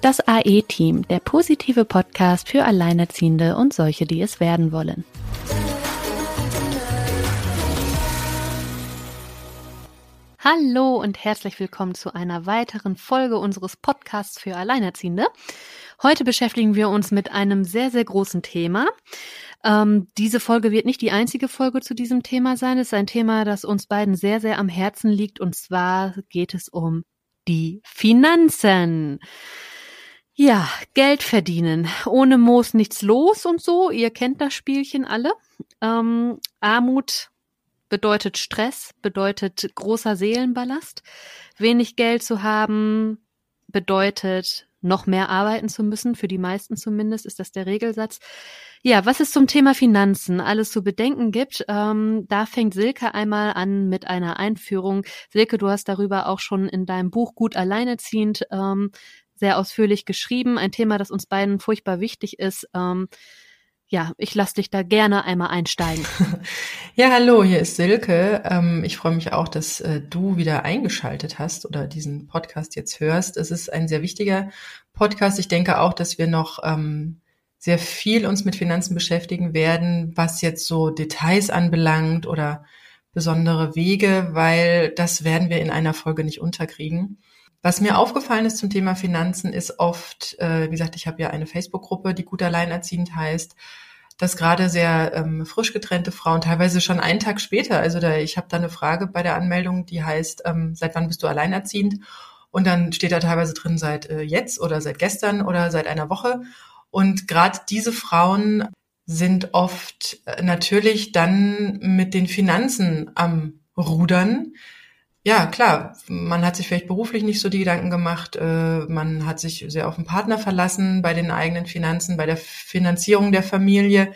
Das AE-Team, der positive Podcast für Alleinerziehende und solche, die es werden wollen. Hallo und herzlich willkommen zu einer weiteren Folge unseres Podcasts für Alleinerziehende. Heute beschäftigen wir uns mit einem sehr, sehr großen Thema. Diese Folge wird nicht die einzige Folge zu diesem Thema sein. Es ist ein Thema, das uns beiden sehr, sehr am Herzen liegt. Und zwar geht es um die Finanzen. Ja, Geld verdienen. Ohne Moos nichts los und so. Ihr kennt das Spielchen alle. Armut bedeutet Stress, bedeutet großer Seelenballast. Wenig Geld zu haben bedeutet noch mehr arbeiten zu müssen. Für die meisten zumindest ist das der Regelsatz. Ja, was es zum Thema Finanzen alles zu bedenken gibt, da fängt Silke einmal an mit einer Einführung. Silke, du hast darüber auch schon in deinem Buch Gut Alleinerziehend sehr ausführlich geschrieben. Ein Thema, das uns beiden furchtbar wichtig ist. Ja, ich lasse dich da gerne einmal einsteigen. Ja, hallo, hier ist Silke. Ich freue mich auch, dass du wieder eingeschaltet hast oder diesen Podcast jetzt hörst. Es ist ein sehr wichtiger Podcast. Ich denke auch, dass wir noch sehr viel uns mit Finanzen beschäftigen werden, was jetzt so Details anbelangt oder besondere Wege, weil das werden wir in einer Folge nicht unterkriegen. Was mir aufgefallen ist zum Thema Finanzen, ist oft, wie gesagt, ich habe ja eine Facebook-Gruppe, die Gut Alleinerziehend heißt, dass gerade sehr frisch getrennte Frauen, teilweise schon einen Tag später, also ich habe da eine Frage bei der Anmeldung, die heißt, seit wann bist du alleinerziehend? Und dann steht da teilweise drin, seit jetzt oder seit gestern oder seit einer Woche. Und gerade diese Frauen sind oft natürlich dann mit den Finanzen am Rudern. Ja, klar, man hat sich vielleicht beruflich nicht so die Gedanken gemacht, man hat sich sehr auf den Partner verlassen bei den eigenen Finanzen, bei der Finanzierung der Familie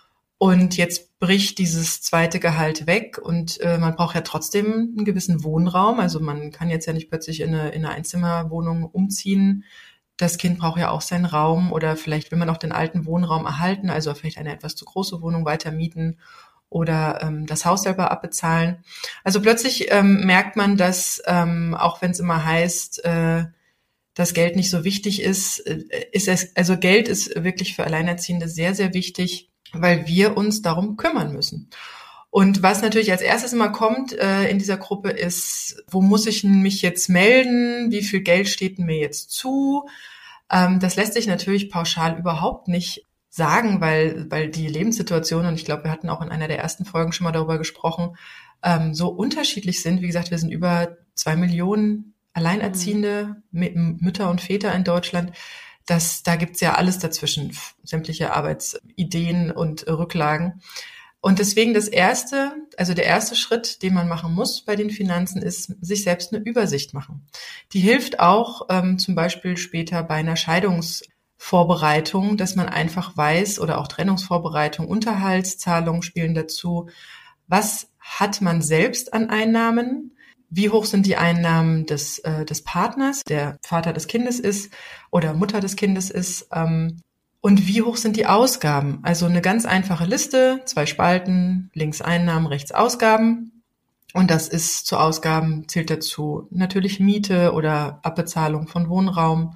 und jetzt bricht dieses zweite Gehalt weg und man braucht ja trotzdem einen gewissen Wohnraum, also man kann jetzt ja nicht plötzlich in eine Einzimmerwohnung umziehen, das Kind braucht ja auch seinen Raum oder vielleicht will man auch den alten Wohnraum erhalten, also vielleicht eine etwas zu große Wohnung weiter mieten oder das Haus selber abbezahlen. Also plötzlich merkt man, dass auch wenn es immer heißt, dass Geld nicht so wichtig ist, also Geld ist wirklich für Alleinerziehende sehr, sehr wichtig, weil wir uns darum kümmern müssen. Und was natürlich als erstes immer kommt in dieser Gruppe ist, wo muss ich mich jetzt melden? Wie viel Geld steht mir jetzt zu? Das lässt sich natürlich pauschal überhaupt nicht sagen, weil die Lebenssituation, und ich glaube, wir hatten auch in einer der ersten Folgen schon mal darüber gesprochen, so unterschiedlich sind. Wie gesagt, wir sind über 2 Millionen alleinerziehende Mütter und Väter in Deutschland. Da gibt's ja alles dazwischen, sämtliche Arbeitsideen und Rücklagen. Und deswegen der erste Schritt, den man machen muss bei den Finanzen, ist, sich selbst eine Übersicht machen. Die hilft auch zum Beispiel später bei einer Scheidungsvorbereitung, dass man einfach weiß, oder auch Trennungsvorbereitung, Unterhaltszahlungen spielen dazu. Was hat man selbst an Einnahmen? Wie hoch sind die Einnahmen des Partners, der Vater des Kindes ist oder Mutter des Kindes ist? Und wie hoch sind die Ausgaben? Also eine ganz einfache Liste, 2 Spalten, links Einnahmen, rechts Ausgaben. Und das ist zu Ausgaben, zählt dazu natürlich Miete oder Abbezahlung von Wohnraum,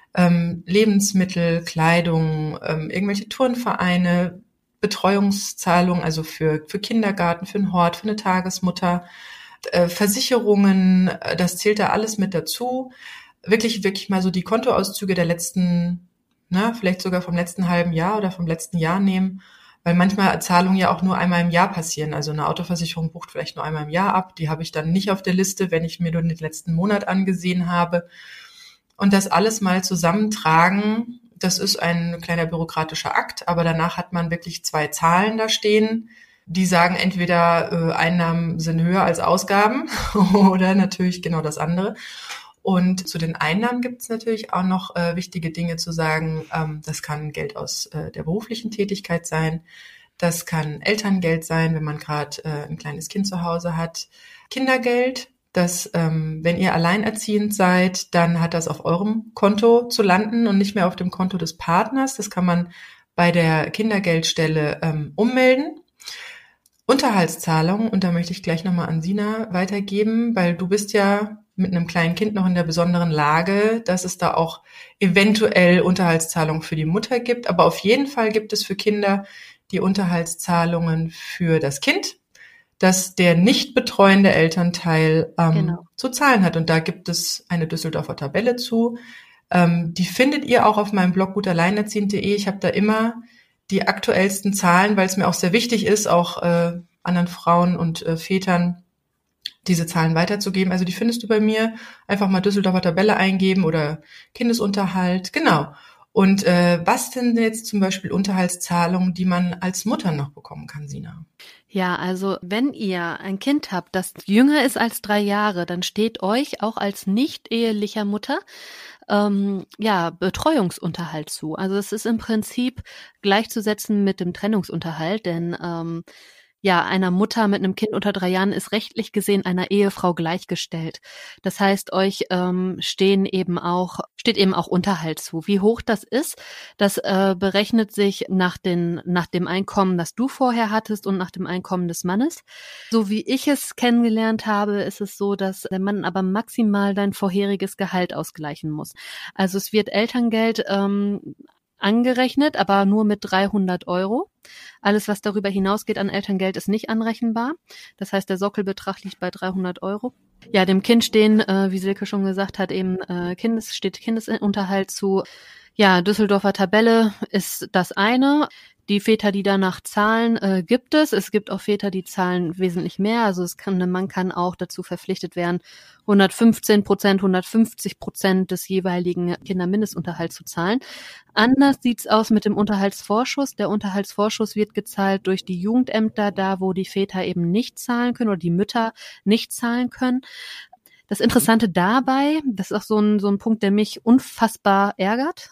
Lebensmittel, Kleidung, irgendwelche Turnvereine, Betreuungszahlung, also für Kindergarten, für einen Hort, für eine Tagesmutter, Versicherungen, das zählt da alles mit dazu. Wirklich mal so die Kontoauszüge der letzten, vielleicht sogar vom letzten halben Jahr oder vom letzten Jahr nehmen, weil manchmal Zahlungen ja auch nur einmal im Jahr passieren. Also eine Autoversicherung bucht vielleicht nur einmal im Jahr ab. Die habe ich dann nicht auf der Liste, wenn ich mir nur den letzten Monat angesehen habe. Und das alles mal zusammentragen, das ist ein kleiner bürokratischer Akt, aber danach hat man wirklich 2 Zahlen da stehen, die sagen entweder Einnahmen sind höher als Ausgaben oder natürlich genau das andere. Und zu den Einnahmen gibt es natürlich auch noch wichtige Dinge zu sagen. Das kann Geld aus der beruflichen Tätigkeit sein. Das kann Elterngeld sein, wenn man gerade ein kleines Kind zu Hause hat. Kindergeld, das, wenn ihr alleinerziehend seid, dann hat das auf eurem Konto zu landen und nicht mehr auf dem Konto des Partners. Das kann man bei der Kindergeldstelle ummelden. Unterhaltszahlung, und da möchte ich gleich nochmal an Sina weitergeben, weil du bist ja mit einem kleinen Kind noch in der besonderen Lage, dass es da auch eventuell Unterhaltszahlungen für die Mutter gibt. Aber auf jeden Fall gibt es für Kinder die Unterhaltszahlungen für das Kind, dass der nicht betreuende Elternteil zu zahlen hat. Und da gibt es eine Düsseldorfer Tabelle zu. Die findet ihr auch auf meinem Blog gutalleinerziehend.de. Ich habe da immer die aktuellsten Zahlen, weil es mir auch sehr wichtig ist, auch anderen Frauen und Vätern diese Zahlen weiterzugeben. Also die findest du bei mir. Einfach mal Düsseldorfer Tabelle eingeben oder Kindesunterhalt. Genau. Und was denn jetzt zum Beispiel Unterhaltszahlungen, die man als Mutter noch bekommen kann, Sina? Ja, also wenn ihr ein Kind habt, das jünger ist als 3 Jahre, dann steht euch auch als nicht-ehelicher Mutter Betreuungsunterhalt zu. Also es ist im Prinzip gleichzusetzen mit dem Trennungsunterhalt, denn einer Mutter mit einem Kind unter 3 Jahren ist rechtlich gesehen einer Ehefrau gleichgestellt. Das heißt, euch steht eben auch Unterhalt zu. Wie hoch das ist, das berechnet sich nach dem Einkommen, das du vorher hattest und nach dem Einkommen des Mannes. So wie ich es kennengelernt habe, ist es so, dass der Mann aber maximal dein vorheriges Gehalt ausgleichen muss. Also es wird Elterngeld angerechnet, aber nur mit 300 Euro. Alles, was darüber hinausgeht an Elterngeld, ist nicht anrechenbar. Das heißt, der Sockelbetrag liegt bei 300 Euro. Ja, dem Kind stehen, wie Silke schon gesagt hat, eben Kindesunterhalt zu. Ja, Düsseldorfer Tabelle ist das eine. Die Väter, die danach zahlen, gibt es. Es gibt auch Väter, die zahlen wesentlich mehr. Also man kann auch dazu verpflichtet werden, 115%, 150% des jeweiligen Kindermindestunterhalts zu zahlen. Anders sieht's aus mit dem Unterhaltsvorschuss. Der Unterhaltsvorschuss wird gezahlt durch die Jugendämter, da wo die Väter eben nicht zahlen können oder die Mütter nicht zahlen können. Das Interessante dabei, das ist auch so ein Punkt, der mich unfassbar ärgert.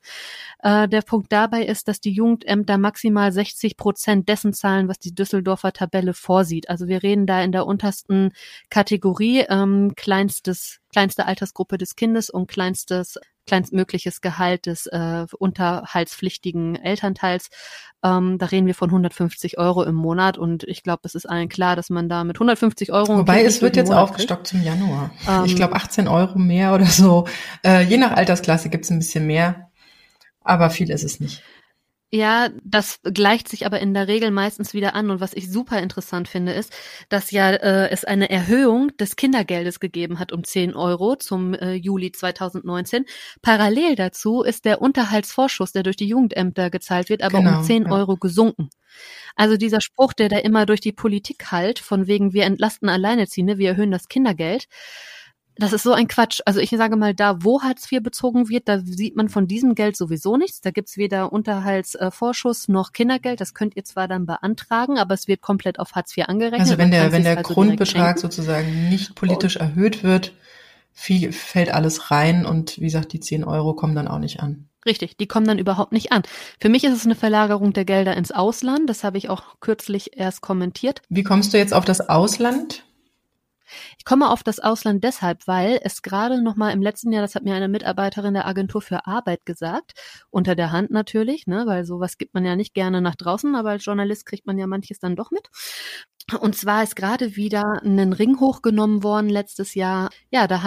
Der Punkt dabei ist, dass die Jugendämter maximal 60% dessen zahlen, was die Düsseldorfer Tabelle vorsieht. Also wir reden da in der untersten Kategorie, kleinste Altersgruppe des Kindes und kleinstmögliches Gehalt des unterhaltspflichtigen Elternteils. Da reden wir von 150 Euro im Monat und ich glaube, es ist allen klar, dass man da mit 150 Euro... Wobei, es wird jetzt aufgestockt zum Januar. Ich glaube 18 Euro mehr oder so. Je nach Altersklasse gibt's ein bisschen mehr, aber viel ist es nicht. Ja, das gleicht sich aber in der Regel meistens wieder an. Und was ich super interessant finde, ist, dass es eine Erhöhung des Kindergeldes gegeben hat um 10 Euro zum Juli 2019. Parallel dazu ist der Unterhaltsvorschuss, der durch die Jugendämter gezahlt wird, aber um 10 Euro gesunken. Also dieser Spruch, der da immer durch die Politik hallt, von wegen wir entlasten Alleinerziehende, wir erhöhen das Kindergeld, das ist so ein Quatsch. Also ich sage mal, da wo Hartz IV bezogen wird, da sieht man von diesem Geld sowieso nichts. Da gibt's weder Unterhaltsvorschuss noch Kindergeld. Das könnt ihr zwar dann beantragen, aber es wird komplett auf Hartz IV angerechnet. Also wenn der Grundbetrag sozusagen nicht politisch erhöht wird, fällt alles rein und wie gesagt, die 10 Euro kommen dann auch nicht an. Richtig, die kommen dann überhaupt nicht an. Für mich ist es eine Verlagerung der Gelder ins Ausland. Das habe ich auch kürzlich erst kommentiert. Wie kommst du jetzt auf das Ausland? Ich komme auf das Ausland deshalb, weil es gerade noch mal im letzten Jahr, das hat mir eine Mitarbeiterin der Agentur für Arbeit gesagt, unter der Hand natürlich, ne, weil sowas gibt man ja nicht gerne nach draußen, aber als Journalist kriegt man ja manches dann doch mit. Und zwar ist gerade wieder ein Ring hochgenommen worden letztes Jahr. Ja, da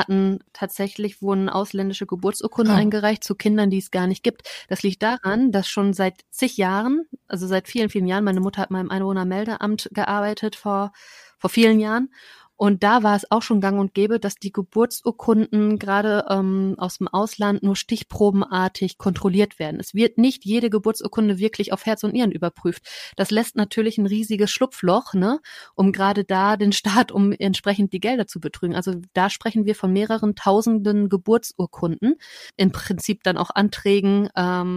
wurden ausländische Geburtsurkunden eingereicht zu Kindern, die es gar nicht gibt. Das liegt daran, dass schon seit zig Jahren, also seit vielen, vielen Jahren, meine Mutter hat mal im Einwohnermeldeamt gearbeitet vor vielen Jahren. Und da war es auch schon gang und gäbe, dass die Geburtsurkunden gerade aus dem Ausland nur stichprobenartig kontrolliert werden. Es wird nicht jede Geburtsurkunde wirklich auf Herz und Nieren überprüft. Das lässt natürlich ein riesiges Schlupfloch, ne, um gerade da den Staat, um entsprechend die Gelder zu betrügen. Also da sprechen wir von mehreren tausenden Geburtsurkunden, im Prinzip dann auch Anträgen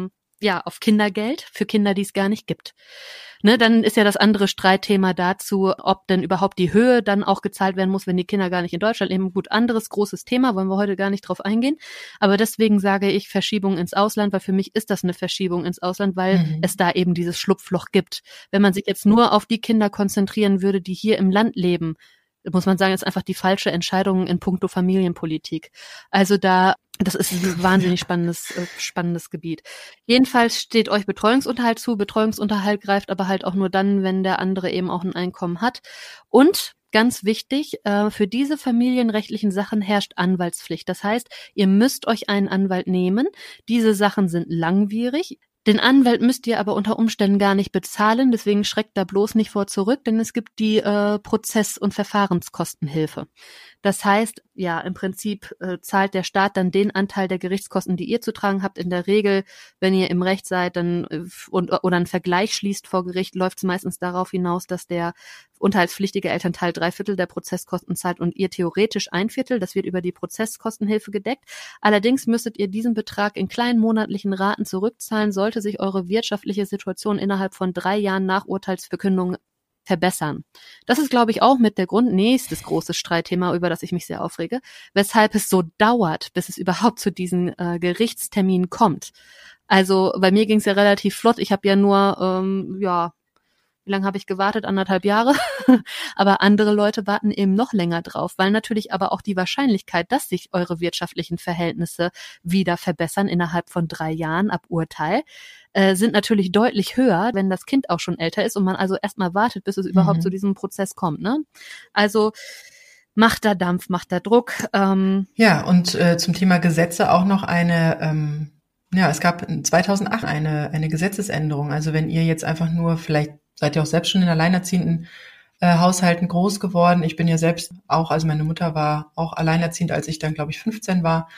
auf Kindergeld für Kinder, die es gar nicht gibt. Ne, dann ist ja das andere Streitthema dazu, ob denn überhaupt die Höhe dann auch gezahlt werden muss, wenn die Kinder gar nicht in Deutschland leben. Gut, anderes großes Thema, wollen wir heute gar nicht drauf eingehen. Aber deswegen sage ich Verschiebung ins Ausland, weil für mich ist das eine Verschiebung ins Ausland, weil es da eben dieses Schlupfloch gibt. Wenn man sich jetzt nur auf die Kinder konzentrieren würde, die hier im Land leben, muss man sagen, ist einfach die falsche Entscheidung in puncto Familienpolitik. Also das ist ein wahnsinnig spannendes Gebiet. Jedenfalls steht euch Betreuungsunterhalt zu. Betreuungsunterhalt greift aber halt auch nur dann, wenn der andere eben auch ein Einkommen hat. Und ganz wichtig, für diese familienrechtlichen Sachen herrscht Anwaltspflicht. Das heißt, ihr müsst euch einen Anwalt nehmen. Diese Sachen sind langwierig. Den Anwalt müsst ihr aber unter Umständen gar nicht bezahlen, deswegen schreckt da bloß nicht vor zurück, denn es gibt die Prozess- und Verfahrenskostenhilfe. Das heißt, ja, im Prinzip zahlt der Staat dann den Anteil der Gerichtskosten, die ihr zu tragen habt. In der Regel, wenn ihr im Recht seid dann oder einen Vergleich schließt vor Gericht, läuft es meistens darauf hinaus, dass der unterhaltspflichtige Elternteil 3/4 der Prozesskosten zahlt und ihr theoretisch 1/4. Das wird über die Prozesskostenhilfe gedeckt. Allerdings müsstet ihr diesen Betrag in kleinen monatlichen Raten zurückzahlen, sollte sich eure wirtschaftliche Situation innerhalb von 3 Jahren nach Urteilsverkündung verbessern. Das ist, glaube ich, auch mit der Grund nächstes großes Streitthema, über das ich mich sehr aufrege, weshalb es so dauert, bis es überhaupt zu diesen Gerichtsterminen kommt. Also bei mir ging es ja relativ flott. Ich habe ja nur, wie lange habe ich gewartet? 1,5 Jahre. Aber andere Leute warten eben noch länger drauf, weil natürlich aber auch die Wahrscheinlichkeit, dass sich eure wirtschaftlichen Verhältnisse wieder verbessern innerhalb von 3 Jahren ab Urteil, sind natürlich deutlich höher, wenn das Kind auch schon älter ist und man also erstmal wartet, bis es überhaupt zu diesem Prozess kommt. Ne? Also macht da Dampf, macht da Druck. Ja, und zum Thema Gesetze auch noch es gab 2008 eine Gesetzesänderung. Also wenn ihr jetzt einfach nur, vielleicht seid ihr auch selbst schon in alleinerziehenden Haushalten groß geworden. Ich bin ja selbst auch, also meine Mutter war auch alleinerziehend, als ich dann, glaube ich, 15 war.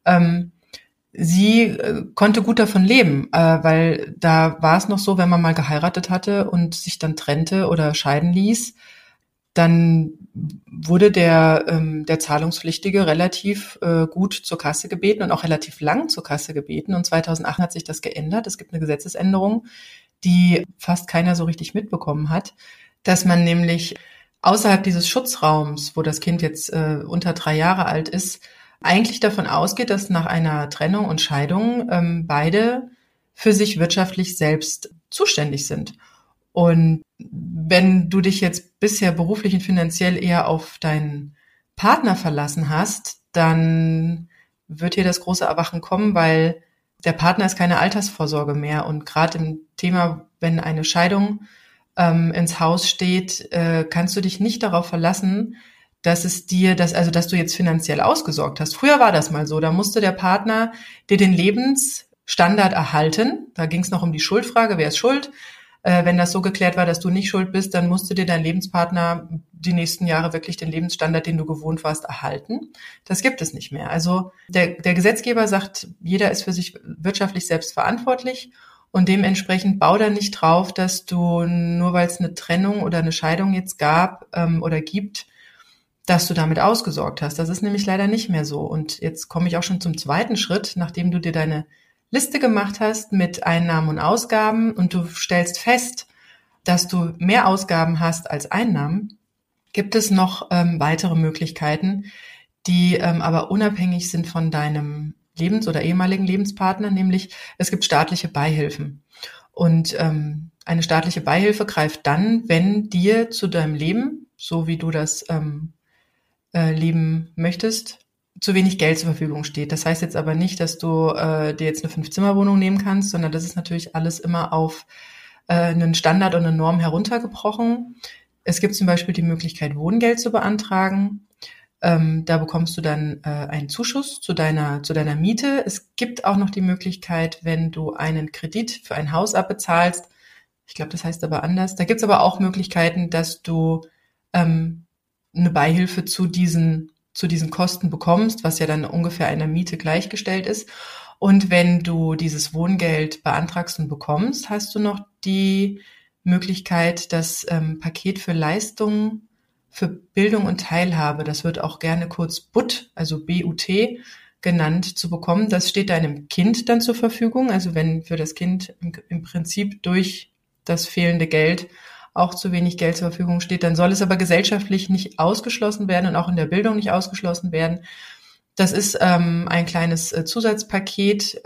Sie konnte gut davon leben, weil da war es noch so, wenn man mal geheiratet hatte und sich dann trennte oder scheiden ließ, dann wurde der Zahlungspflichtige relativ gut zur Kasse gebeten und auch relativ lang zur Kasse gebeten. Und 2008 hat sich das geändert. Es gibt eine Gesetzesänderung, die fast keiner so richtig mitbekommen hat, dass man nämlich außerhalb dieses Schutzraums, wo das Kind jetzt unter 3 Jahre alt ist, eigentlich davon ausgeht, dass nach einer Trennung und Scheidung beide für sich wirtschaftlich selbst zuständig sind. Und wenn du dich jetzt bisher beruflich und finanziell eher auf deinen Partner verlassen hast, dann wird hier das große Erwachen kommen, weil der Partner ist keine Altersvorsorge mehr. Und gerade im Thema, wenn eine Scheidung ins Haus steht, kannst du dich nicht darauf verlassen, dass dass du jetzt finanziell ausgesorgt hast. Früher war das mal so, da musste der Partner dir den Lebensstandard erhalten. Da ging es noch um die Schuldfrage, wer ist schuld? Wenn das so geklärt war, dass du nicht schuld bist, dann musste dir dein Lebenspartner die nächsten Jahre wirklich den Lebensstandard, den du gewohnt warst, erhalten. Das gibt es nicht mehr. Also der Gesetzgeber sagt, jeder ist für sich wirtschaftlich selbst verantwortlich und dementsprechend bau da nicht drauf, dass du, nur weil es eine Trennung oder eine Scheidung jetzt gab oder gibt, dass du damit ausgesorgt hast. Das ist nämlich leider nicht mehr so. Und jetzt komme ich auch schon zum zweiten Schritt, nachdem du dir deine Liste gemacht hast mit Einnahmen und Ausgaben und du stellst fest, dass du mehr Ausgaben hast als Einnahmen, gibt es noch weitere Möglichkeiten, die aber unabhängig sind von deinem oder ehemaligen Lebenspartner, nämlich es gibt staatliche Beihilfen. Und eine staatliche Beihilfe greift dann, wenn dir zu deinem Leben, so wie du das leben möchtest, zu wenig Geld zur Verfügung steht. Das heißt jetzt aber nicht, dass du dir jetzt eine 5-Zimmer-Wohnung nehmen kannst, sondern das ist natürlich alles immer auf einen Standard und eine Norm heruntergebrochen. Es gibt zum Beispiel die Möglichkeit, Wohngeld zu beantragen. Da bekommst du dann einen Zuschuss zu deiner Miete. Es gibt auch noch die Möglichkeit, wenn du einen Kredit für ein Haus abbezahlst, ich glaube, das heißt aber anders, da gibt es aber auch Möglichkeiten, dass du eine Beihilfe zu diesen Kosten bekommst, was ja dann ungefähr einer Miete gleichgestellt ist. Und wenn du dieses Wohngeld beantragst und bekommst, hast du noch die Möglichkeit, das Paket für Leistungen für Bildung und Teilhabe, das wird auch gerne kurz BUT, also BUT genannt, zu bekommen. Das steht deinem Kind dann zur Verfügung. Also wenn für das Kind im Prinzip durch das fehlende Geld auch zu wenig Geld zur Verfügung steht, dann soll es aber gesellschaftlich nicht ausgeschlossen werden und auch in der Bildung nicht ausgeschlossen werden. Das ist ein kleines Zusatzpaket,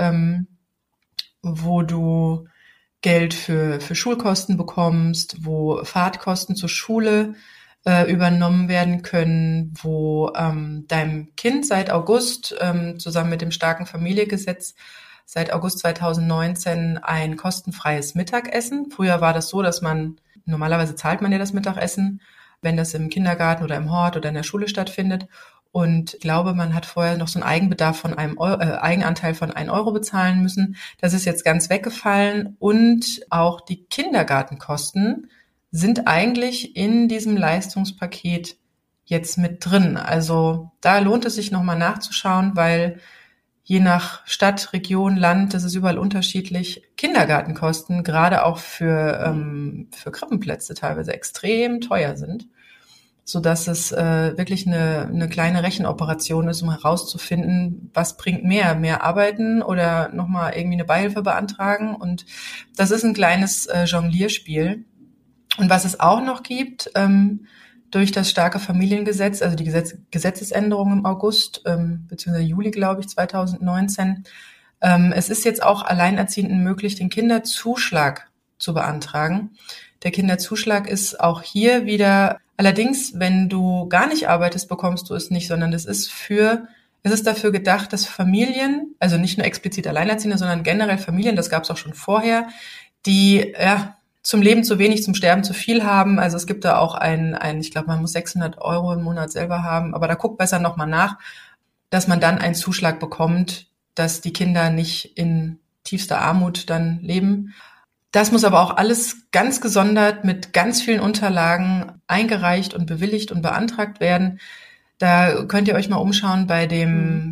wo du Geld für Schulkosten bekommst, wo Fahrtkosten zur Schule übernommen werden können, wo deinem Kind seit August zusammen mit dem starken Familiengesetz seit August 2019 ein kostenfreies Mittagessen. Früher war das so, dass normalerweise zahlt man ja das Mittagessen, wenn das im Kindergarten oder im Hort oder in der Schule stattfindet. Und ich glaube, man hat vorher noch so einen Eigenbedarf von Eigenanteil von 1 Euro bezahlen müssen. Das ist jetzt ganz weggefallen. Und auch die Kindergartenkosten sind eigentlich in diesem Leistungspaket jetzt mit drin. Also da lohnt es sich nochmal nachzuschauen, weil je nach Stadt, Region, Land, das ist überall unterschiedlich, Kindergartenkosten, gerade auch für Krippenplätze teilweise extrem teuer sind, sodass es wirklich eine kleine Rechenoperation ist, um herauszufinden, was bringt mehr arbeiten oder nochmal irgendwie eine Beihilfe beantragen. Und das ist ein kleines Jonglierspiel. Und was es auch noch gibt, durch das starke Familiengesetz, also die Gesetzesänderung im August bzw. Juli, glaube ich, 2019. Es ist jetzt auch Alleinerziehenden möglich, den Kinderzuschlag zu beantragen. Der Kinderzuschlag ist auch hier wieder, allerdings, wenn du gar nicht arbeitest, bekommst du es nicht, sondern es ist dafür gedacht, dass Familien, also nicht nur explizit Alleinerziehende, sondern generell Familien, das gab es auch schon vorher, die zum Leben zu wenig, zum Sterben zu viel haben. Also es gibt da auch ich glaube, man muss 600 Euro im Monat selber haben, aber da guckt besser nochmal nach, dass man dann einen Zuschlag bekommt, dass die Kinder nicht in tiefster Armut dann leben. Das muss aber auch alles ganz gesondert mit ganz vielen Unterlagen eingereicht und bewilligt und beantragt werden. Da könnt ihr euch mal umschauen beim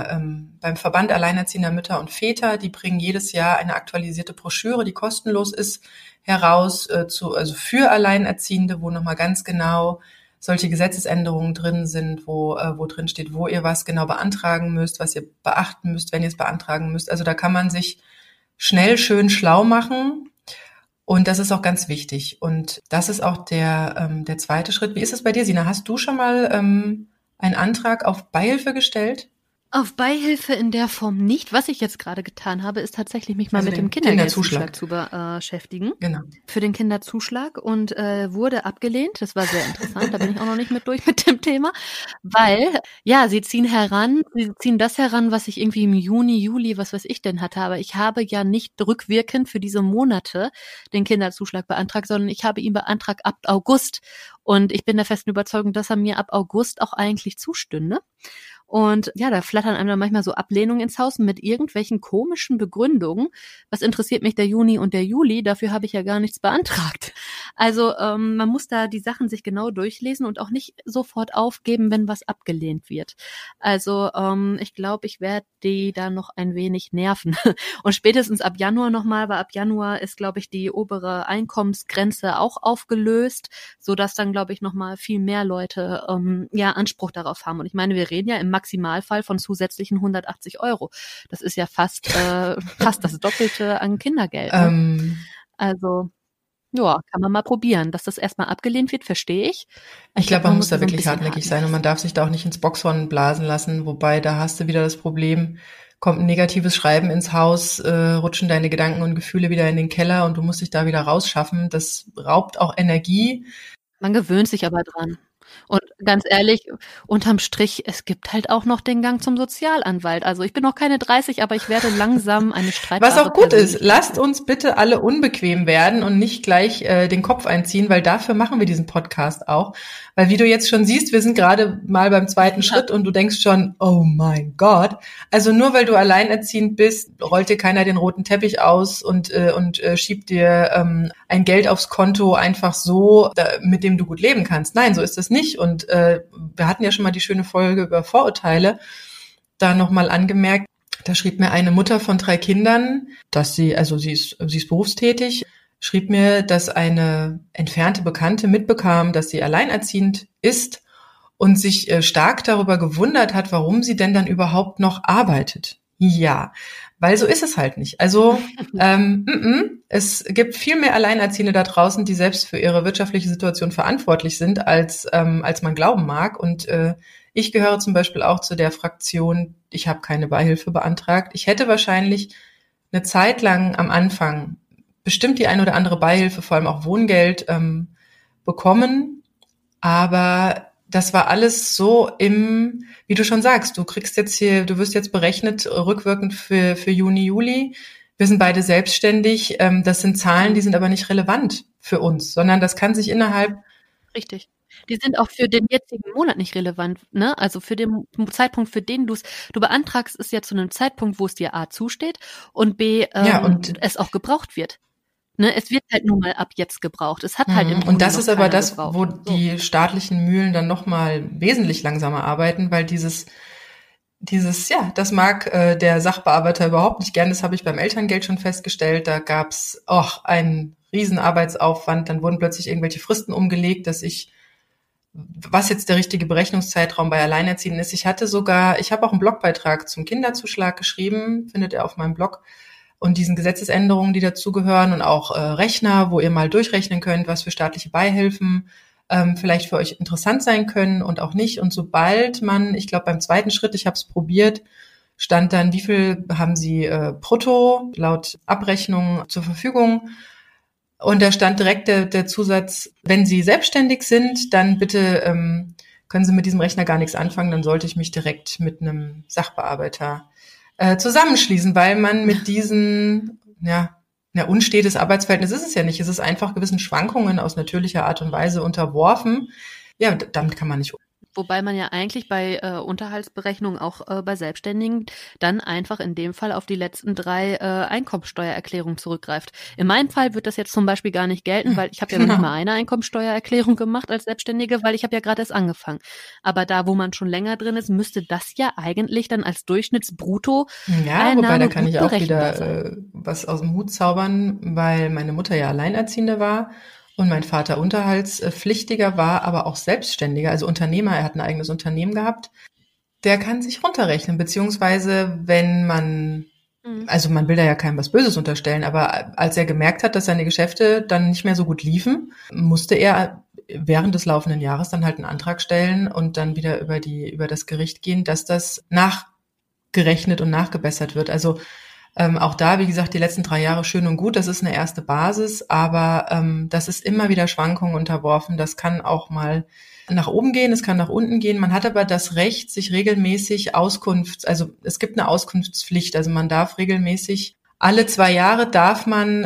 Verband Alleinerziehender Mütter und Väter. Die bringen jedes Jahr eine aktualisierte Broschüre, die kostenlos ist, heraus, also für Alleinerziehende, wo nochmal ganz genau solche Gesetzesänderungen drin sind, wo drin steht, wo ihr was genau beantragen müsst, was ihr beachten müsst, wenn ihr es beantragen müsst. Also da kann man sich schnell schön schlau machen. Und das ist auch ganz wichtig. Und das ist auch der zweite Schritt. Wie ist es bei dir, Sina? Hast du schon mal einen Antrag auf Beihilfe gestellt? Auf Beihilfe in der Form nicht. Was ich jetzt gerade getan habe, ist tatsächlich mich mal mit dem Kindergeldzuschlag zu beschäftigen. Genau. Für den Kinderzuschlag und wurde abgelehnt. Das war sehr interessant. Da bin ich auch noch nicht mit durch mit dem Thema, weil sie ziehen das heran, was ich irgendwie im Juni, Juli, was weiß ich denn hatte. Aber ich habe ja nicht rückwirkend für diese Monate den Kinderzuschlag beantragt, sondern ich habe ihn beantragt ab August. Und ich bin der festen Überzeugung, dass er mir ab August auch eigentlich zustünde. Und da flattern einem dann manchmal so Ablehnungen ins Haus mit irgendwelchen komischen Begründungen. Was interessiert mich der Juni und der Juli? Dafür habe ich ja gar nichts beantragt. Also man muss da die Sachen sich genau durchlesen und auch nicht sofort aufgeben, wenn was abgelehnt wird. Also ich glaube, ich werde die da noch ein wenig nerven. Und spätestens ab Januar nochmal, weil ab Januar ist, glaube ich, die obere Einkommensgrenze auch aufgelöst, sodass dann, glaube ich, nochmal viel mehr Leute Anspruch darauf haben. Und ich meine, wir reden ja im Maximalfall von zusätzlichen 180 Euro. Das ist ja fast das Doppelte an Kindergeld. Ne? Also, kann man mal probieren. Dass das erstmal abgelehnt wird, verstehe ich. Ich glaube, man muss da wirklich hartnäckig sein und man darf sich da auch nicht ins Boxhorn blasen lassen, wobei da hast du wieder das Problem, kommt ein negatives Schreiben ins Haus, rutschen deine Gedanken und Gefühle wieder in den Keller und du musst dich da wieder rausschaffen. Das raubt auch Energie. Man gewöhnt sich aber dran. Und ganz ehrlich, unterm Strich, es gibt halt auch noch den Gang zum Sozialanwalt. Also ich bin noch keine 30, aber ich werde langsam eine streitbare Was auch gut ist, lasst uns bitte alle unbequem werden und nicht gleich den Kopf einziehen, weil dafür machen wir diesen Podcast auch. Weil wie du jetzt schon siehst, wir sind gerade mal beim zweiten Schritt und du denkst schon, oh mein Gott. Also nur weil du alleinerziehend bist, rollt dir keiner den roten Teppich aus und schiebt dir ein Geld aufs Konto einfach so, mit dem du gut leben kannst. Nein, so ist es nicht. Und wir hatten ja schon mal die schöne Folge über Vorurteile, da nochmal angemerkt, da schrieb mir eine Mutter von 3 Kindern, dass sie ist berufstätig, schrieb mir, dass eine entfernte Bekannte mitbekam, dass sie alleinerziehend ist und sich stark darüber gewundert hat, warum sie denn dann überhaupt noch arbeitet. Ja, weil so ist es halt nicht. Also es gibt viel mehr Alleinerziehende da draußen, die selbst für ihre wirtschaftliche Situation verantwortlich sind, als man glauben mag. Und ich gehöre zum Beispiel auch zu der Fraktion, ich habe keine Beihilfe beantragt. Ich hätte wahrscheinlich eine Zeit lang am Anfang bestimmt die ein oder andere Beihilfe, vor allem auch Wohngeld, bekommen. Aber das war alles so wie du schon sagst, du wirst jetzt berechnet, rückwirkend für Juni, Juli. Wir sind beide selbstständig. Das sind Zahlen, die sind aber nicht relevant für uns, sondern das kann sich innerhalb Richtig. Die sind auch für den jetzigen Monat nicht relevant, ne? Also für den Zeitpunkt, für den du beantragst es ja zu einem Zeitpunkt, wo es dir A zusteht und B, Ja, und es auch gebraucht wird. Ne? Es wird halt nun mal ab jetzt gebraucht. Es hat halt im und Grunde das noch ist aber keiner das, wo gebraucht. So. die staatlichen Mühlen dann nochmal wesentlich langsamer arbeiten, weil das mag der Sachbearbeiter überhaupt nicht gern. Das habe ich beim Elterngeld schon festgestellt. Da gab's einen riesen Arbeitsaufwand. Dann wurden plötzlich irgendwelche Fristen umgelegt, was jetzt der richtige Berechnungszeitraum bei Alleinerziehenden ist. Ich habe auch einen Blogbeitrag zum Kinderzuschlag geschrieben, findet ihr auf meinem Blog. Und diesen Gesetzesänderungen, die dazugehören und auch Rechner, wo ihr mal durchrechnen könnt, was für staatliche Beihilfen vielleicht für euch interessant sein können und auch nicht. Und sobald ich glaube beim zweiten Schritt, ich habe es probiert, stand dann, wie viel haben Sie brutto laut Abrechnung zur Verfügung? Und da stand direkt der Zusatz, wenn Sie selbstständig sind, dann bitte können Sie mit diesem Rechner gar nichts anfangen, dann sollte ich mich direkt mit einem Sachbearbeiter zusammenschließen, weil man mit diesen, unstetes Arbeitsverhältnis ist es ja nicht. Es ist einfach gewissen Schwankungen aus natürlicher Art und Weise unterworfen. Ja, damit kann man nicht. Wobei man ja eigentlich bei Unterhaltsberechnungen auch bei Selbstständigen dann einfach in dem Fall auf die letzten 3 Einkommensteuererklärungen zurückgreift. In meinem Fall wird das jetzt zum Beispiel gar nicht gelten, weil ich habe ja noch nicht mal eine Einkommensteuererklärung gemacht als Selbstständige, weil ich habe ja gerade erst angefangen. Aber da, wo man schon länger drin ist, müsste das ja eigentlich dann als Durchschnittsbrutto wobei da kann ich auch wieder was aus dem Hut zaubern, weil meine Mutter ja Alleinerziehende war. Und mein Vater Unterhaltspflichtiger war, aber auch Selbstständiger, also Unternehmer. Er hat ein eigenes Unternehmen gehabt. Der kann sich runterrechnen, beziehungsweise man will da ja keinem was Böses unterstellen, aber als er gemerkt hat, dass seine Geschäfte dann nicht mehr so gut liefen, musste er während des laufenden Jahres dann halt einen Antrag stellen und dann wieder über das Gericht gehen, dass das nachgerechnet und nachgebessert wird. Also auch da, wie gesagt, die letzten 3 Jahre schön und gut, das ist eine erste Basis, aber das ist immer wieder Schwankungen unterworfen. Das kann auch mal nach oben gehen, es kann nach unten gehen. Man hat aber das Recht, sich regelmäßig also es gibt eine Auskunftspflicht, also man darf regelmäßig, alle 2 Jahre darf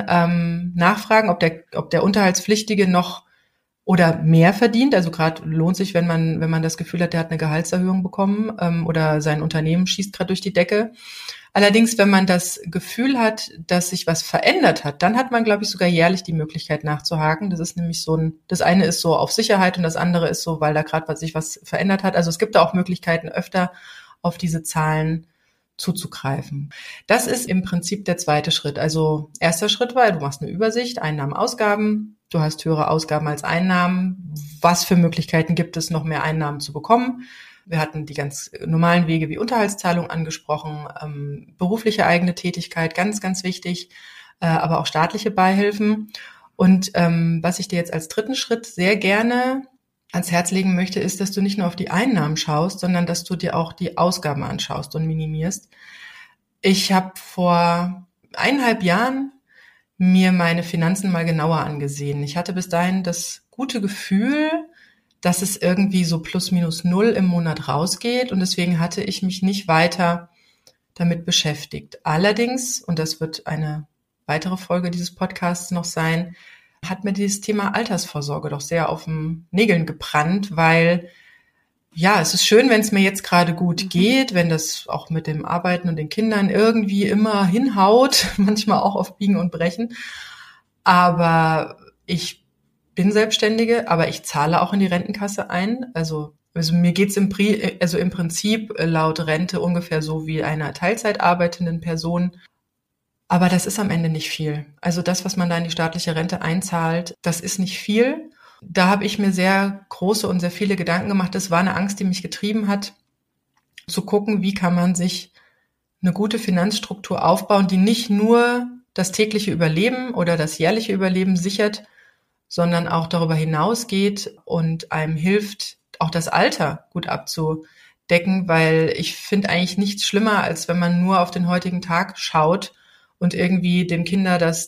man nachfragen, ob der Unterhaltspflichtige noch oder mehr verdient. Also gerade lohnt sich, wenn man das Gefühl hat, der hat eine Gehaltserhöhung bekommen oder sein Unternehmen schießt gerade durch die Decke. Allerdings, wenn man das Gefühl hat, dass sich was verändert hat, dann hat man, glaube ich, sogar jährlich die Möglichkeit nachzuhaken. Das ist nämlich das eine ist so auf Sicherheit und das andere ist so, weil da gerade sich was verändert hat. Also es gibt da auch Möglichkeiten, öfter auf diese Zahlen zuzugreifen. Das ist im Prinzip der zweite Schritt. Also erster Schritt war, du machst eine Übersicht, Einnahmen, Ausgaben. Du hast höhere Ausgaben als Einnahmen. Was für Möglichkeiten gibt es, noch mehr Einnahmen zu bekommen? Wir hatten die ganz normalen Wege wie Unterhaltszahlung angesprochen, berufliche eigene Tätigkeit, ganz, ganz wichtig, aber auch staatliche Beihilfen. Und was ich dir jetzt als dritten Schritt sehr gerne ans Herz legen möchte, ist, dass du nicht nur auf die Einnahmen schaust, sondern dass du dir auch die Ausgaben anschaust und minimierst. Ich habe vor 1,5 Jahren mir meine Finanzen mal genauer angesehen. Ich hatte bis dahin das gute Gefühl, dass es irgendwie so plus minus 0 im Monat rausgeht und deswegen hatte ich mich nicht weiter damit beschäftigt. Allerdings, und das wird eine weitere Folge dieses Podcasts noch sein, hat mir dieses Thema Altersvorsorge doch sehr auf den Nägeln gebrannt, weil es ist schön, wenn es mir jetzt gerade gut geht, wenn das auch mit dem Arbeiten und den Kindern irgendwie immer hinhaut, manchmal auch auf Biegen und Brechen. Aber ich bin Selbstständige, aber ich zahle auch in die Rentenkasse ein. Also mir geht's im Prinzip laut Rente ungefähr so wie einer Teilzeit arbeitenden Person. Aber das ist am Ende nicht viel. Also das, was man da in die staatliche Rente einzahlt, das ist nicht viel. Da habe ich mir sehr große und sehr viele Gedanken gemacht. Das war eine Angst, die mich getrieben hat, zu gucken, wie kann man sich eine gute Finanzstruktur aufbauen, die nicht nur das tägliche Überleben oder das jährliche Überleben sichert, sondern auch darüber hinausgeht und einem hilft, auch das Alter gut abzudecken, weil ich finde eigentlich nichts schlimmer, als wenn man nur auf den heutigen Tag schaut und irgendwie dem Kind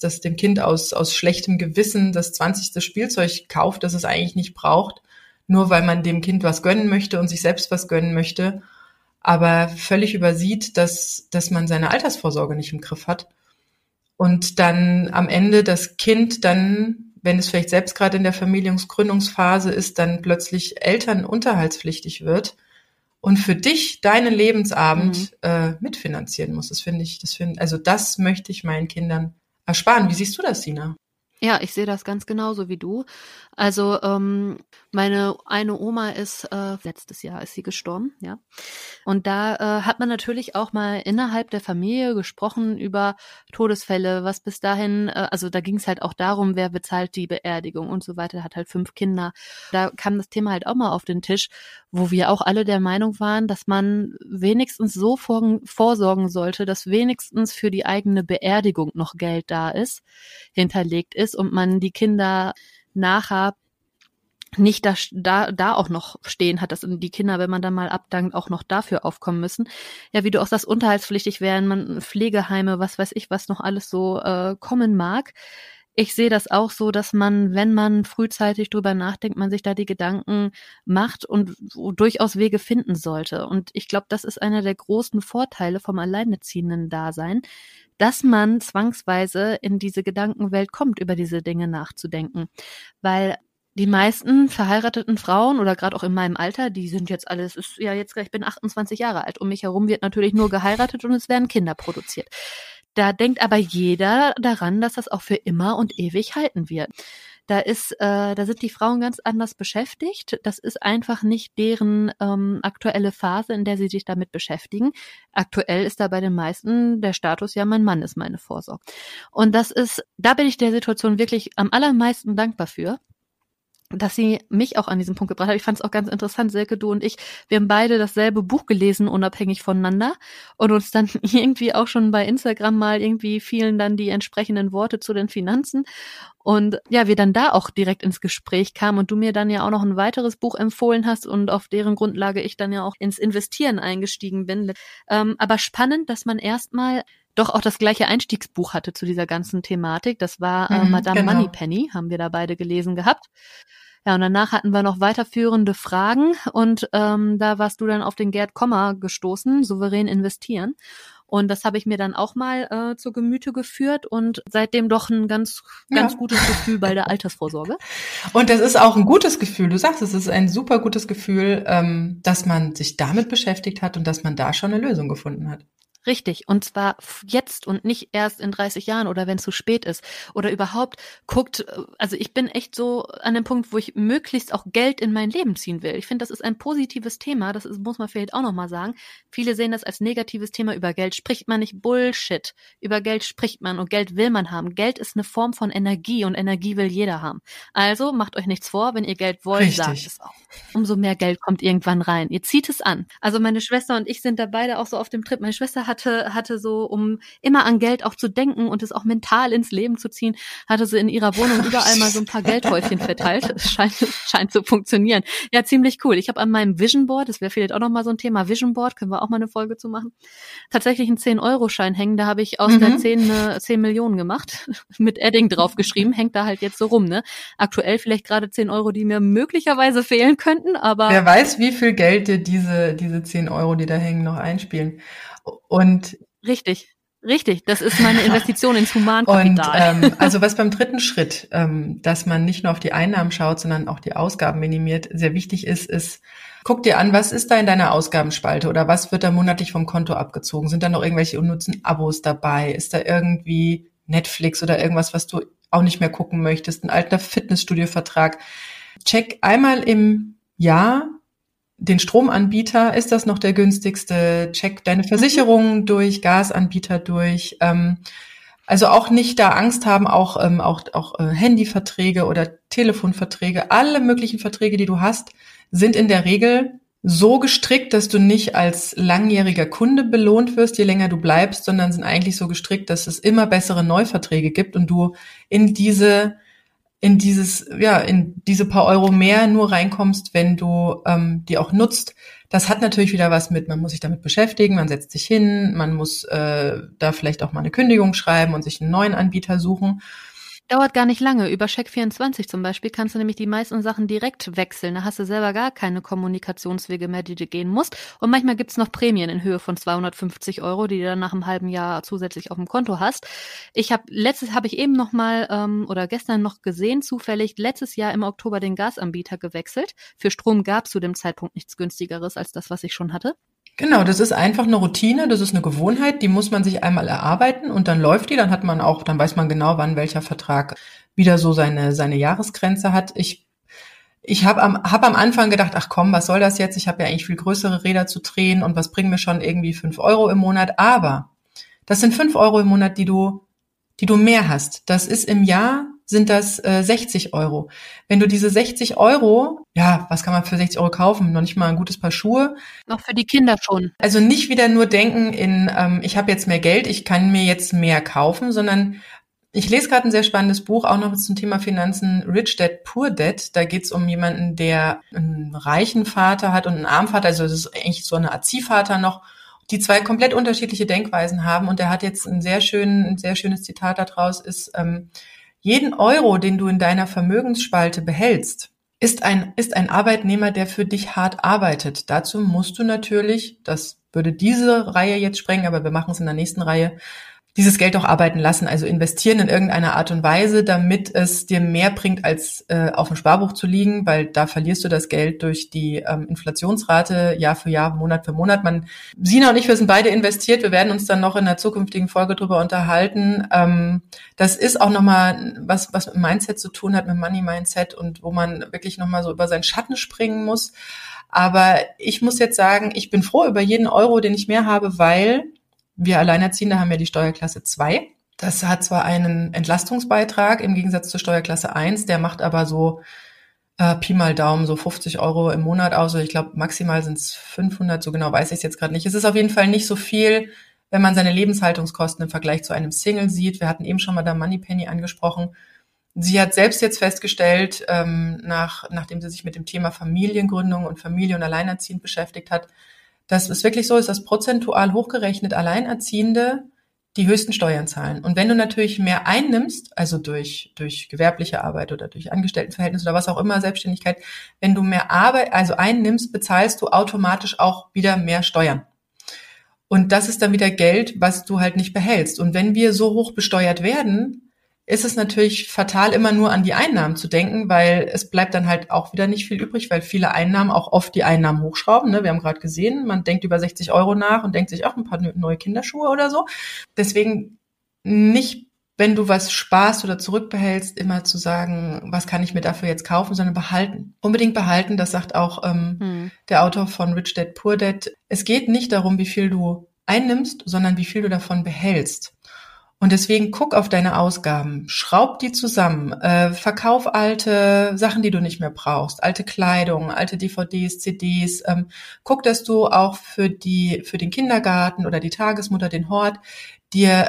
aus schlechtem Gewissen das 20. Spielzeug kauft, das es eigentlich nicht braucht, nur weil man dem Kind was gönnen möchte und sich selbst was gönnen möchte, aber völlig übersieht, dass man seine Altersvorsorge nicht im Griff hat und dann am Ende das Kind dann wenn es vielleicht selbst gerade in der Familiengründungsphase ist, dann plötzlich elternunterhaltspflichtig wird und für dich deinen Lebensabend mitfinanzieren muss. Also das möchte ich meinen Kindern ersparen. Wie siehst du das, Sina? Ja, ich sehe das ganz genauso wie du. Also meine eine Oma ist letztes Jahr ist sie gestorben, ja. Und da hat man natürlich auch mal innerhalb der Familie gesprochen über Todesfälle, was bis dahin, also da ging es halt auch darum, wer bezahlt die Beerdigung und so weiter, hat halt 5 Kinder. Da kam das Thema halt auch mal auf den Tisch, wo wir auch alle der Meinung waren, dass man wenigstens so vorsorgen sollte, dass wenigstens für die eigene Beerdigung noch Geld da ist, hinterlegt ist und man die Kinder nachher nicht da auch noch stehen hat, dass die Kinder, wenn man dann mal abdankt, auch noch dafür aufkommen müssen. Ja, wie du auch sagst, unterhaltspflichtig werden, Pflegeheime, was weiß ich, was noch alles so kommen mag. Ich sehe das auch so, dass man, wenn man frühzeitig drüber nachdenkt, man sich da die Gedanken macht und durchaus Wege finden sollte. Und ich glaube, das ist einer der großen Vorteile vom Alleinerziehenden-Dasein, dass man zwangsweise in diese Gedankenwelt kommt, über diese Dinge nachzudenken. Weil die meisten verheirateten Frauen oder gerade auch in meinem Alter, die sind jetzt alles, ich bin 28 Jahre alt, um mich herum wird natürlich nur geheiratet und es werden Kinder produziert. Da denkt aber jeder daran, dass das auch für immer und ewig halten wird. Da sind die Frauen ganz anders beschäftigt. Das ist einfach nicht deren aktuelle Phase, in der sie sich damit beschäftigen. Aktuell ist da bei den meisten der Status, ja, mein Mann ist meine Vorsorge. Und da bin ich der Situation wirklich am allermeisten dankbar für, dass sie mich auch an diesen Punkt gebracht hat. Ich fand es auch ganz interessant, Silke, du und ich, wir haben beide dasselbe Buch gelesen, unabhängig voneinander und uns dann irgendwie auch schon bei Instagram mal irgendwie fielen dann die entsprechenden Worte zu den Finanzen und ja, wir dann da auch direkt ins Gespräch kamen und du mir dann ja auch noch ein weiteres Buch empfohlen hast und auf deren Grundlage ich dann ja auch ins Investieren eingestiegen bin. Aber spannend, dass man erstmal doch auch das gleiche Einstiegsbuch hatte zu dieser ganzen Thematik. Das war Madame genau. Moneypenny, haben wir da beide gelesen gehabt. Ja, und danach hatten wir noch weiterführende Fragen und da warst du dann auf den Gerd Kommer gestoßen, souverän investieren. Und das habe ich mir dann auch mal zu Gemüte geführt und seitdem doch ein ganz gutes Gefühl bei der Altersvorsorge. Und das ist auch ein gutes Gefühl. Du sagst, es ist ein super gutes Gefühl, dass man sich damit beschäftigt hat und dass man da schon eine Lösung gefunden hat. Richtig, und zwar jetzt und nicht erst in 30 Jahren oder wenn es zu spät ist oder überhaupt guckt, also ich bin echt so an dem Punkt, wo ich möglichst auch Geld in mein Leben ziehen will. Ich finde, das ist ein positives Thema, muss man vielleicht auch nochmal sagen. Viele sehen das als negatives Thema, über Geld spricht man nicht, Bullshit. Über Geld spricht man und Geld will man haben. Geld ist eine Form von Energie und Energie will jeder haben. Also macht euch nichts vor, wenn ihr Geld wollt, Richtig. Sagt es auch. Umso mehr Geld kommt irgendwann rein. Ihr zieht es an. Also meine Schwester und ich sind da beide auch so auf dem Trip. Meine Schwester hatte so, um immer an Geld auch zu denken und es auch mental ins Leben zu ziehen, hatte sie in ihrer Wohnung überall mal so ein paar Geldhäufchen verteilt. Es scheint zu funktionieren. Ja, ziemlich cool. Ich habe an meinem Vision Board, das wäre vielleicht auch nochmal so ein Thema, Vision Board, können wir auch mal eine Folge zu machen, tatsächlich einen 10-Euro-Schein hängen. Da habe ich aus der 10 Millionen gemacht, mit Edding draufgeschrieben, hängt da halt jetzt so rum, ne? Aktuell vielleicht gerade 10 Euro, die mir möglicherweise fehlen könnten, aber wer weiß, wie viel Geld dir diese 10 Euro, die da hängen, noch einspielen. Und Richtig. Das ist meine Investition ins Humankapital. Und also was beim dritten Schritt, dass man nicht nur auf die Einnahmen schaut, sondern auch die Ausgaben minimiert, sehr wichtig ist, guck dir an, was ist da in deiner Ausgabenspalte oder was wird da monatlich vom Konto abgezogen? Sind da noch irgendwelche unnützen Abos dabei? Ist da irgendwie Netflix oder irgendwas, was du auch nicht mehr gucken möchtest? Ein alter Fitnessstudio-Vertrag. Check einmal im Jahr den Stromanbieter, ist das noch der günstigste? Check deine Versicherungen durch, Gasanbieter durch. Also auch nicht da Angst haben, auch Handyverträge oder Telefonverträge, alle möglichen Verträge, die du hast, sind in der Regel so gestrickt, dass du nicht als langjähriger Kunde belohnt wirst, je länger du bleibst, sondern sind eigentlich so gestrickt, dass es immer bessere Neuverträge gibt und du in diese paar Euro mehr nur reinkommst, wenn du die auch nutzt. Das hat natürlich wieder was mit, man muss sich damit beschäftigen, man setzt sich hin, man muss da vielleicht auch mal eine Kündigung schreiben und sich einen neuen Anbieter suchen. Dauert gar nicht lange. Über Check24 zum Beispiel kannst du nämlich die meisten Sachen direkt wechseln. Da hast du selber gar keine Kommunikationswege mehr, die du gehen musst. Und manchmal gibt's noch Prämien in Höhe von 250 €, die du dann nach einem halben Jahr zusätzlich auf dem Konto hast. Letztes habe ich eben noch mal oder gestern noch gesehen, zufällig letztes Jahr im Oktober den Gasanbieter gewechselt. Für Strom gab's zu dem Zeitpunkt nichts günstigeres als das, was ich schon hatte. Genau, das ist einfach eine Routine, das ist eine Gewohnheit, die muss man sich einmal erarbeiten und dann läuft die, dann weiß man genau, wann welcher Vertrag wieder so seine Jahresgrenze hat. Ich habe am Anfang gedacht, ach komm, was soll das jetzt? Ich habe ja eigentlich viel größere Räder zu drehen und was bringen mir schon irgendwie 5 € im Monat? Aber das sind 5 € im Monat, die du mehr hast. Das ist im Jahr sind das 60 €. Wenn du diese 60 €, ja, was kann man für 60 € kaufen? Noch nicht mal ein gutes Paar Schuhe. Auch für die Kinder schon. Also nicht wieder nur denken ich habe jetzt mehr Geld, ich kann mir jetzt mehr kaufen, sondern ich lese gerade ein sehr spannendes Buch, auch noch zum Thema Finanzen, Rich Dad, Poor Dad. Da geht es um jemanden, der einen reichen Vater hat und einen armen Vater, also das ist eigentlich so eine Art Ziehvater noch, die zwei komplett unterschiedliche Denkweisen haben. Und der hat jetzt ein sehr schönes Zitat daraus, ist, jeden Euro, den du in deiner Vermögensspalte behältst, ist ein Arbeitnehmer, der für dich hart arbeitet. Dazu musst du natürlich, das würde diese Reihe jetzt sprengen, aber wir machen es in der nächsten Reihe, dieses Geld auch arbeiten lassen, also investieren in irgendeiner Art und Weise, damit es dir mehr bringt, als auf dem Sparbuch zu liegen, weil da verlierst du das Geld durch die Inflationsrate Jahr für Jahr, Monat für Monat. Sina und ich, wir sind beide investiert, wir werden uns dann noch in der zukünftigen Folge drüber unterhalten. Das ist auch nochmal was mit Mindset zu tun hat, mit Money-Mindset und wo man wirklich nochmal so über seinen Schatten springen muss. Aber ich muss jetzt sagen, ich bin froh über jeden Euro, den ich mehr habe, weil wir Alleinerziehende haben ja die Steuerklasse 2. Das hat zwar einen Entlastungsbeitrag im Gegensatz zur Steuerklasse 1, der macht aber so Pi mal Daumen so 50 € im Monat aus. Ich glaube, maximal sind es 500, so genau weiß ich es jetzt gerade nicht. Es ist auf jeden Fall nicht so viel, wenn man seine Lebenshaltungskosten im Vergleich zu einem Single sieht. Wir hatten eben schon mal da Moneypenny angesprochen. Sie hat selbst jetzt festgestellt, nachdem sie sich mit dem Thema Familiengründung und Familie und Alleinerziehend beschäftigt hat, dass es wirklich so ist, dass prozentual hochgerechnet Alleinerziehende die höchsten Steuern zahlen. Und wenn du natürlich mehr einnimmst, also durch gewerbliche Arbeit oder durch Angestelltenverhältnis oder was auch immer, Selbstständigkeit, wenn du mehr Arbeit, also einnimmst, bezahlst du automatisch auch wieder mehr Steuern. Und das ist dann wieder Geld, was du halt nicht behältst. Und wenn wir so hoch besteuert werden, ist es natürlich fatal, immer nur an die Einnahmen zu denken, weil es bleibt dann halt auch wieder nicht viel übrig, weil viele Einnahmen auch oft die Einnahmen hochschrauben. Ne? Wir haben gerade gesehen, man denkt über 60 € nach und denkt sich auch ein paar neue Kinderschuhe oder so. Deswegen nicht, wenn du was sparst oder zurückbehältst, immer zu sagen, was kann ich mir dafür jetzt kaufen, sondern behalten. Unbedingt behalten, das sagt auch der Autor von Rich Dad, Poor Dad. Es geht nicht darum, wie viel du einnimmst, sondern wie viel du davon behältst. Und deswegen guck auf deine Ausgaben, schraub die zusammen, verkauf alte Sachen, die du nicht mehr brauchst, alte Kleidung, alte DVDs, CDs. Guck, dass du auch für den Kindergarten oder die Tagesmutter, den Hort, dir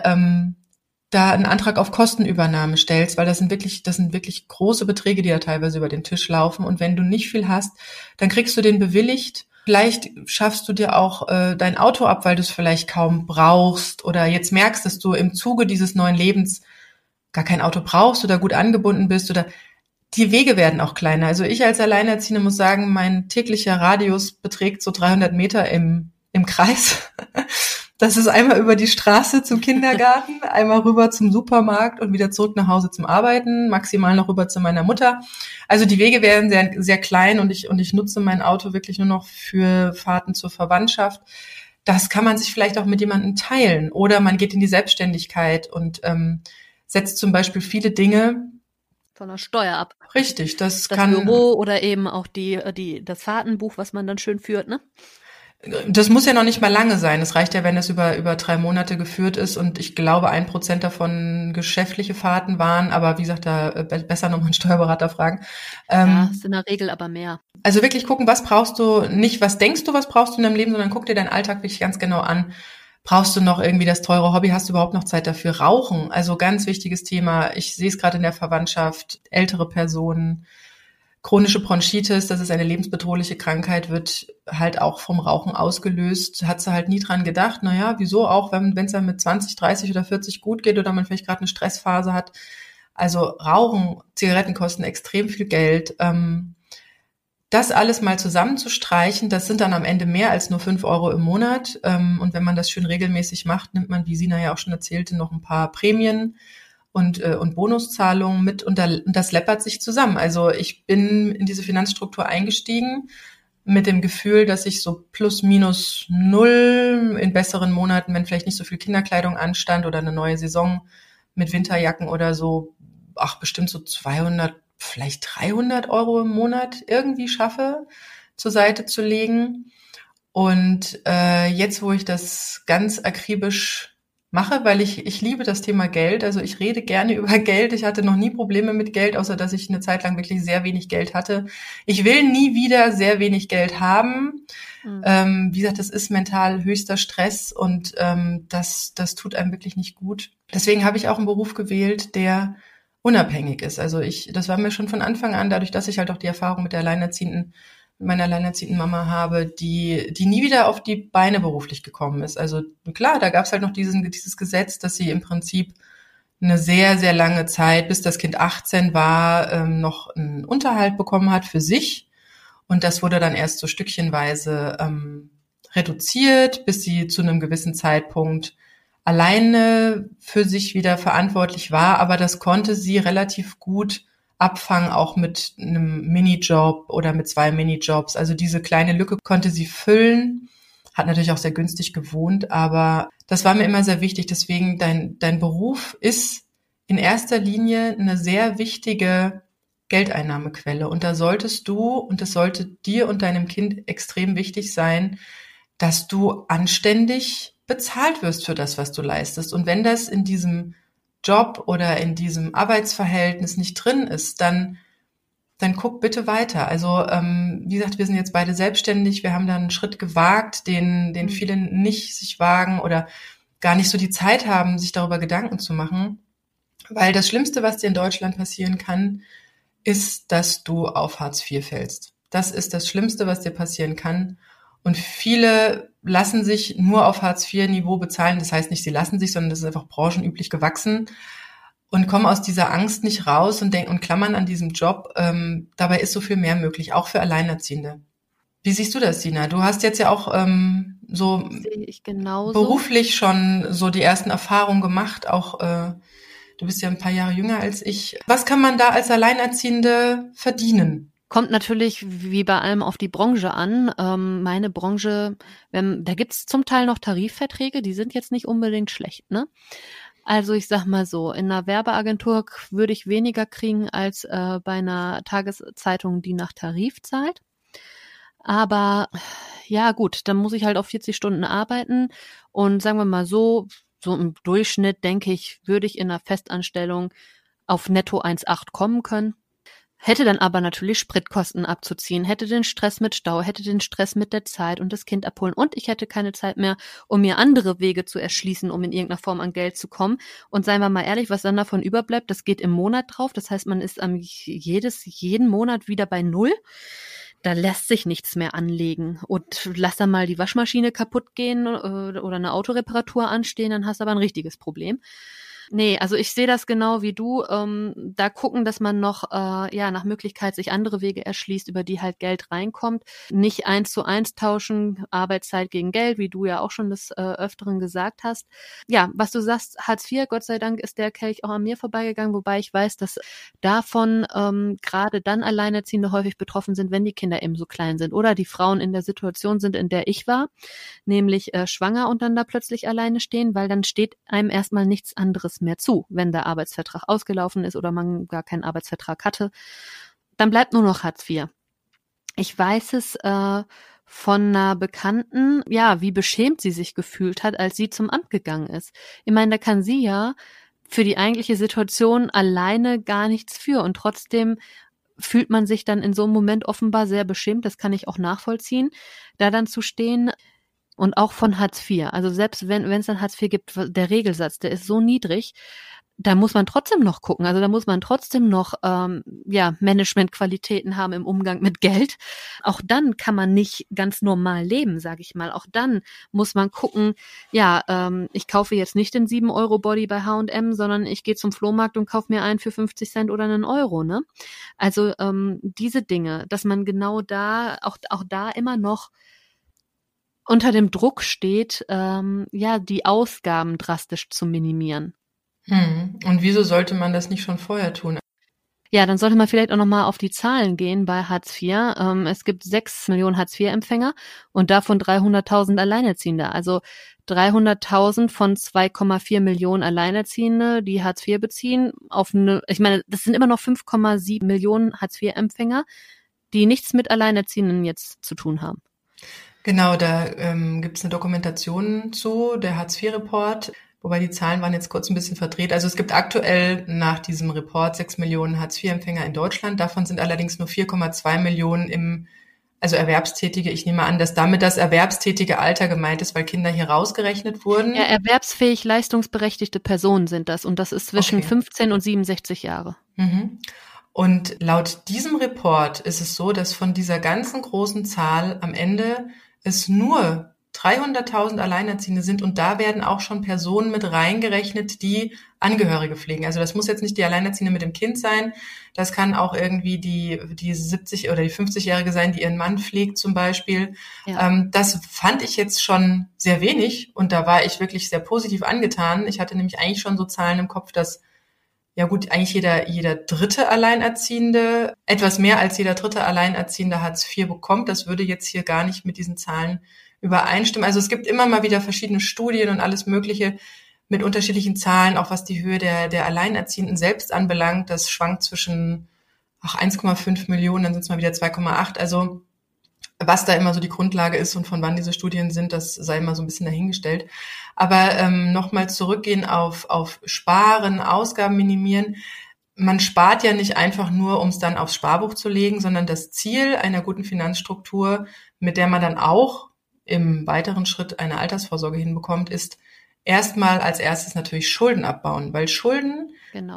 da einen Antrag auf Kostenübernahme stellst, weil das sind wirklich große Beträge, die da teilweise über den Tisch laufen. Und wenn du nicht viel hast, dann kriegst du den bewilligt. Vielleicht schaffst du dir auch dein Auto ab, weil du es vielleicht kaum brauchst oder jetzt merkst, dass du im Zuge dieses neuen Lebens gar kein Auto brauchst oder gut angebunden bist oder die Wege werden auch kleiner. Also ich als Alleinerziehende muss sagen, mein täglicher Radius beträgt so 300 Meter im Kreis. Das ist einmal über die Straße zum Kindergarten, einmal rüber zum Supermarkt und wieder zurück nach Hause zum Arbeiten, maximal noch rüber zu meiner Mutter. Also die Wege werden sehr, sehr klein und ich nutze mein Auto wirklich nur noch für Fahrten zur Verwandtschaft. Das kann man sich vielleicht auch mit jemandem teilen oder man geht in die Selbstständigkeit und setzt zum Beispiel viele Dinge von der Steuer ab. Richtig, das kann Büro oder eben auch das Fahrtenbuch, was man dann schön führt, ne? Das muss ja noch nicht mal lange sein. Es reicht ja, wenn es über 3 Monate geführt ist und ich glaube 1% davon geschäftliche Fahrten waren, aber wie gesagt, da besser nochmal einen Steuerberater fragen. Ja, ist in der Regel aber mehr. Also wirklich gucken, was brauchst du, nicht was denkst du, was brauchst du in deinem Leben, sondern guck dir deinen Alltag wirklich ganz genau an. Brauchst du noch irgendwie das teure Hobby? Hast du überhaupt noch Zeit dafür? Rauchen, also ganz wichtiges Thema. Ich sehe es gerade in der Verwandtschaft, ältere Personen, chronische Bronchitis, das ist eine lebensbedrohliche Krankheit, wird halt auch vom Rauchen ausgelöst. Hat sie halt nie dran gedacht, naja, wieso auch, wenn es dann mit 20, 30 oder 40 gut geht oder man vielleicht gerade eine Stressphase hat. Also Rauchen, Zigaretten kosten extrem viel Geld. Das alles mal zusammenzustreichen, das sind dann am Ende mehr als nur 5 Euro im Monat. Und wenn man das schön regelmäßig macht, nimmt man, wie Sina ja auch schon erzählte, noch ein paar Prämien und Bonuszahlungen mit und das läppert sich zusammen. Also ich bin in diese Finanzstruktur eingestiegen mit dem Gefühl, dass ich so plus minus null in besseren Monaten, wenn vielleicht nicht so viel Kinderkleidung anstand oder eine neue Saison mit Winterjacken oder so, bestimmt so 200, vielleicht 300 Euro im Monat irgendwie schaffe, zur Seite zu legen. Und jetzt, wo ich das ganz akribisch mache, weil ich liebe das Thema Geld, also ich rede gerne über Geld. Ich hatte noch nie Probleme mit Geld, außer dass ich eine Zeit lang wirklich sehr wenig Geld hatte. Ich will nie wieder sehr wenig Geld haben. Wie gesagt, das ist mental höchster Stress und das tut einem wirklich nicht gut. Deswegen habe ich auch einen Beruf gewählt, der unabhängig ist. Also das war mir schon von Anfang an, dadurch, dass ich halt auch die Erfahrung mit meiner alleinerziehenden Mama habe, die nie wieder auf die Beine beruflich gekommen ist. Also klar, da gab es halt noch dieses Gesetz, dass sie im Prinzip eine sehr, sehr lange Zeit, bis das Kind 18 war, noch einen Unterhalt bekommen hat für sich. Und das wurde dann erst so stückchenweise reduziert, bis sie zu einem gewissen Zeitpunkt alleine für sich wieder verantwortlich war. Aber das konnte sie relativ gut abfangen, auch mit einem Minijob oder mit 2 Minijobs. Also diese kleine Lücke konnte sie füllen, hat natürlich auch sehr günstig gewohnt, aber das war mir immer sehr wichtig. Deswegen, dein Beruf ist in erster Linie eine sehr wichtige Geldeinnahmequelle. Und da solltest du, und das sollte dir und deinem Kind extrem wichtig sein, dass du anständig bezahlt wirst für das, was du leistest. Und wenn das in diesem Job oder in diesem Arbeitsverhältnis nicht drin ist, dann guck bitte weiter. Also wie gesagt, wir sind jetzt beide selbstständig, wir haben da einen Schritt gewagt, den viele nicht sich wagen oder gar nicht so die Zeit haben, sich darüber Gedanken zu machen. Weil das Schlimmste, was dir in Deutschland passieren kann, ist, dass du auf Hartz IV fällst. Das ist das Schlimmste, was dir passieren kann. Und viele lassen sich nur auf Hartz-IV-Niveau bezahlen. Das heißt nicht, sie lassen sich, sondern das ist einfach branchenüblich gewachsen und kommen aus dieser Angst nicht raus und klammern an diesem Job. Dabei ist so viel mehr möglich, auch für Alleinerziehende. Wie siehst du das, Sina? Du hast jetzt ja auch so Sehe ich genauso. Beruflich schon so die ersten Erfahrungen gemacht. Auch du bist ja ein paar Jahre jünger als ich. Was kann man da als Alleinerziehende verdienen? Kommt natürlich wie bei allem auf die Branche an. Meine Branche, da gibt's zum Teil noch Tarifverträge, die sind jetzt nicht unbedingt schlecht, ne? Also ich sag mal so, in einer Werbeagentur würde ich weniger kriegen als bei einer Tageszeitung, die nach Tarif zahlt. Aber ja gut, dann muss ich halt auf 40 Stunden arbeiten und sagen wir mal so im Durchschnitt, denke ich, würde ich in einer Festanstellung auf netto 1,8 kommen können. Hätte dann aber natürlich Spritkosten abzuziehen, hätte den Stress mit Stau, hätte den Stress mit der Zeit und das Kind abholen und ich hätte keine Zeit mehr, um mir andere Wege zu erschließen, um in irgendeiner Form an Geld zu kommen. Und seien wir mal ehrlich, was dann davon überbleibt, das geht im Monat drauf. Das heißt, man ist jeden Monat wieder bei Null. Da lässt sich nichts mehr anlegen. Und lass dann mal die Waschmaschine kaputt gehen oder eine Autoreparatur anstehen, dann hast du aber ein richtiges Problem. Nee, also ich sehe das genau wie du. Da gucken, dass man noch nach Möglichkeit sich andere Wege erschließt, über die halt Geld reinkommt. Nicht 1:1 tauschen, Arbeitszeit gegen Geld, wie du ja auch schon des Öfteren gesagt hast. Ja, was du sagst, Hartz IV, Gott sei Dank ist der Kelch auch an mir vorbeigegangen, wobei ich weiß, dass davon gerade dann Alleinerziehende häufig betroffen sind, wenn die Kinder eben so klein sind oder die Frauen in der Situation sind, in der ich war, nämlich schwanger und dann da plötzlich alleine stehen, weil dann steht einem erstmal nichts anderes mehr zu, wenn der Arbeitsvertrag ausgelaufen ist oder man gar keinen Arbeitsvertrag hatte. Dann bleibt nur noch Hartz IV. Ich weiß es von einer Bekannten, ja, wie beschämt sie sich gefühlt hat, als sie zum Amt gegangen ist. Ich meine, da kann sie ja für die eigentliche Situation alleine gar nichts für und trotzdem fühlt man sich dann in so einem Moment offenbar sehr beschämt, das kann ich auch nachvollziehen, da dann zu stehen. Und auch von Hartz IV. Also selbst wenn es dann Hartz IV gibt, der Regelsatz, der ist so niedrig, da muss man trotzdem noch gucken. Also da muss man trotzdem noch Managementqualitäten haben im Umgang mit Geld. Auch dann kann man nicht ganz normal leben, sage ich mal. Auch dann muss man gucken, ich kaufe jetzt nicht den 7-Euro-Body bei H&M, sondern ich gehe zum Flohmarkt und kaufe mir einen für 50 Cent oder einen Euro. Ne? Also diese Dinge, dass man genau da, auch da immer noch unter dem Druck steht, die Ausgaben drastisch zu minimieren. Und wieso sollte man das nicht schon vorher tun? Ja, dann sollte man vielleicht auch nochmal auf die Zahlen gehen bei Hartz IV. Es gibt 6 Millionen Hartz IV-Empfänger und davon 300.000 Alleinerziehende. Also 300.000 von 2,4 Millionen Alleinerziehende, die Hartz IV beziehen, das sind immer noch 5,7 Millionen Hartz IV-Empfänger, die nichts mit Alleinerziehenden jetzt zu tun haben. Genau, da gibt es eine Dokumentation zu, der Hartz-IV-Report, wobei die Zahlen waren jetzt kurz ein bisschen verdreht. Also es gibt aktuell nach diesem Report 6 Millionen Hartz-IV-Empfänger in Deutschland. Davon sind allerdings nur 4,2 Millionen also Erwerbstätige. Ich nehme an, dass damit das erwerbstätige Alter gemeint ist, weil Kinder hier rausgerechnet wurden. Ja, erwerbsfähig leistungsberechtigte Personen sind das und das ist zwischen 15 und 67 Jahre. Mhm. Und laut diesem Report ist es so, dass von dieser ganzen großen Zahl am Ende es nur 300.000 Alleinerziehende sind und da werden auch schon Personen mit reingerechnet, die Angehörige pflegen. Also das muss jetzt nicht die Alleinerziehende mit dem Kind sein, das kann auch irgendwie die 70 oder die 50-Jährige sein, die ihren Mann pflegt zum Beispiel. Ja. Das fand ich jetzt schon sehr wenig und da war ich wirklich sehr positiv angetan. Ich hatte nämlich eigentlich schon so Zahlen im Kopf, dass eigentlich jeder dritte Alleinerziehende, etwas mehr als jeder dritte Alleinerziehende Hartz IV bekommt. Das würde jetzt hier gar nicht mit diesen Zahlen übereinstimmen. Also es gibt immer mal wieder verschiedene Studien und alles Mögliche mit unterschiedlichen Zahlen, auch was die Höhe der Alleinerziehenden selbst anbelangt. Das schwankt zwischen 1,5 Millionen, dann sind es mal wieder 2,8. Also was da immer so die Grundlage ist und von wann diese Studien sind, das sei immer so ein bisschen dahingestellt. Aber nochmal zurückgehen auf Sparen, Ausgaben minimieren. Man spart ja nicht einfach nur, um es dann aufs Sparbuch zu legen, sondern das Ziel einer guten Finanzstruktur, mit der man dann auch im weiteren Schritt eine Altersvorsorge hinbekommt, ist erstmal als erstes natürlich Schulden abbauen, weil Schulden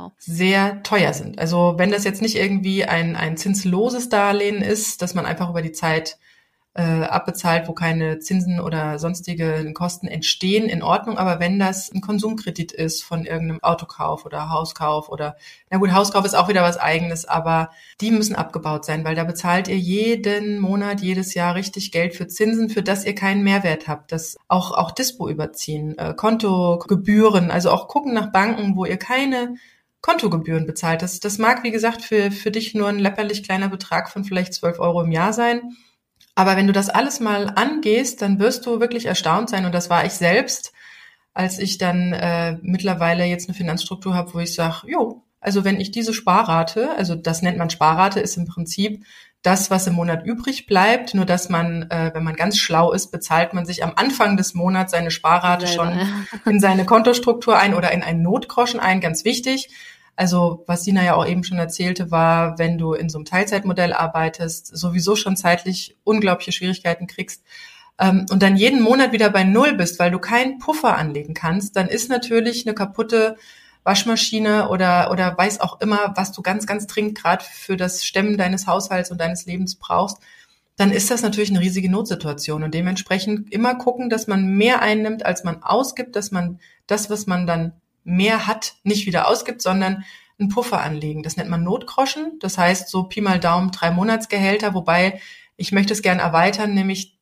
sehr teuer sind. Also wenn das jetzt nicht irgendwie ein zinsloses Darlehen ist, dass man einfach über die Zeit abbezahlt, wo keine Zinsen oder sonstige Kosten entstehen, in Ordnung. Aber wenn das ein Konsumkredit ist von irgendeinem Autokauf oder Hauskauf oder, na gut, Hauskauf ist auch wieder was Eigenes, aber die müssen abgebaut sein, weil da bezahlt ihr jeden Monat, jedes Jahr richtig Geld für Zinsen, für das ihr keinen Mehrwert habt. Das auch Dispo überziehen, Kontogebühren, also auch gucken nach Banken, wo ihr keine Kontogebühren bezahlt. Das mag, wie gesagt, für dich nur ein läpperlich kleiner Betrag von vielleicht 12 Euro im Jahr sein. Aber wenn du das alles mal angehst, dann wirst du wirklich erstaunt sein. Und das war ich selbst, als ich dann mittlerweile jetzt eine Finanzstruktur habe, wo ich sage, also wenn ich diese Sparrate, also das nennt man Sparrate, ist im Prinzip das, was im Monat übrig bleibt. Nur dass man, wenn man ganz schlau ist, bezahlt man sich am Anfang des Monats seine Sparrate schon in seine Kontostruktur ein oder in einen Notgroschen ein, ganz wichtig. Also was Sina ja auch eben schon erzählte, war, wenn du in so einem Teilzeitmodell arbeitest, sowieso schon zeitlich unglaubliche Schwierigkeiten kriegst und dann jeden Monat wieder bei Null bist, weil du keinen Puffer anlegen kannst, dann ist natürlich eine kaputte Waschmaschine oder weiß auch immer, was du ganz, ganz dringend gerade für das Stemmen deines Haushalts und deines Lebens brauchst, dann ist das natürlich eine riesige Notsituation und dementsprechend immer gucken, dass man mehr einnimmt, als man ausgibt, dass man das, was man dann mehr hat, nicht wieder ausgibt, sondern einen Puffer anlegen. Das nennt man Notgroschen. Das heißt so Pi mal Daumen 3 Monatsgehälter, wobei ich möchte es gern erweitern, nämlich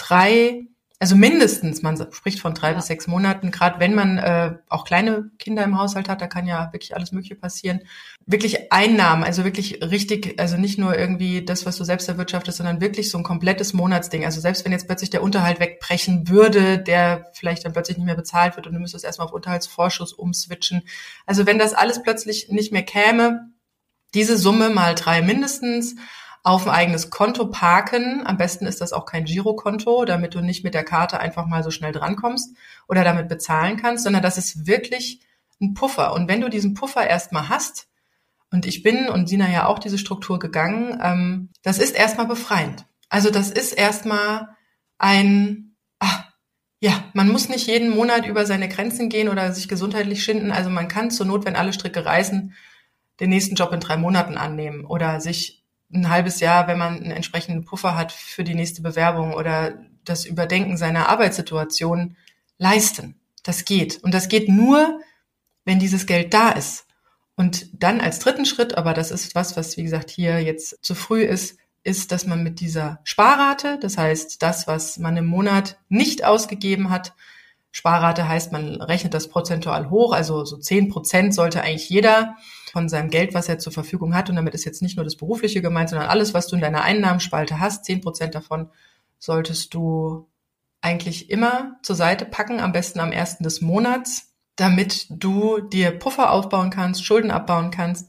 3, also mindestens, man spricht von 3 bis 6 Monaten, gerade wenn man auch kleine Kinder im Haushalt hat, da kann ja wirklich alles Mögliche passieren. Wirklich Einnahmen, also wirklich richtig, also nicht nur irgendwie das, was du selbst erwirtschaftest, sondern wirklich so ein komplettes Monatsding. Also selbst wenn jetzt plötzlich der Unterhalt wegbrechen würde, der vielleicht dann plötzlich nicht mehr bezahlt wird und du müsstest erstmal auf Unterhaltsvorschuss umswitchen. Also wenn das alles plötzlich nicht mehr käme, diese Summe mal 3 mindestens auf ein eigenes Konto parken. Am besten ist das auch kein Girokonto, damit du nicht mit der Karte einfach mal so schnell drankommst oder damit bezahlen kannst, sondern das ist wirklich ein Puffer. Und wenn du diesen Puffer erstmal hast, und ich bin und Sina ja auch diese Struktur gegangen, das ist erstmal befreiend. Also das ist erstmal ja, man muss nicht jeden Monat über seine Grenzen gehen oder sich gesundheitlich schinden. Also man kann zur Not, wenn alle Stricke reißen, den nächsten Job in 3 Monaten annehmen oder sich ein halbes Jahr, wenn man einen entsprechenden Puffer hat für die nächste Bewerbung oder das Überdenken seiner Arbeitssituation leisten. Das geht. Und das geht nur, wenn dieses Geld da ist. Und dann als dritten Schritt, aber das ist was wie gesagt hier jetzt zu früh ist, dass man mit dieser Sparrate, das heißt das, was man im Monat nicht ausgegeben hat, Sparrate heißt, man rechnet das prozentual hoch, also so 10% sollte eigentlich jeder von seinem Geld, was er zur Verfügung hat, und damit ist jetzt nicht nur das Berufliche gemeint, sondern alles, was du in deiner Einnahmenspalte hast, 10% davon solltest du eigentlich immer zur Seite packen, am besten am 1. des Monats, damit du dir Puffer aufbauen kannst, Schulden abbauen kannst.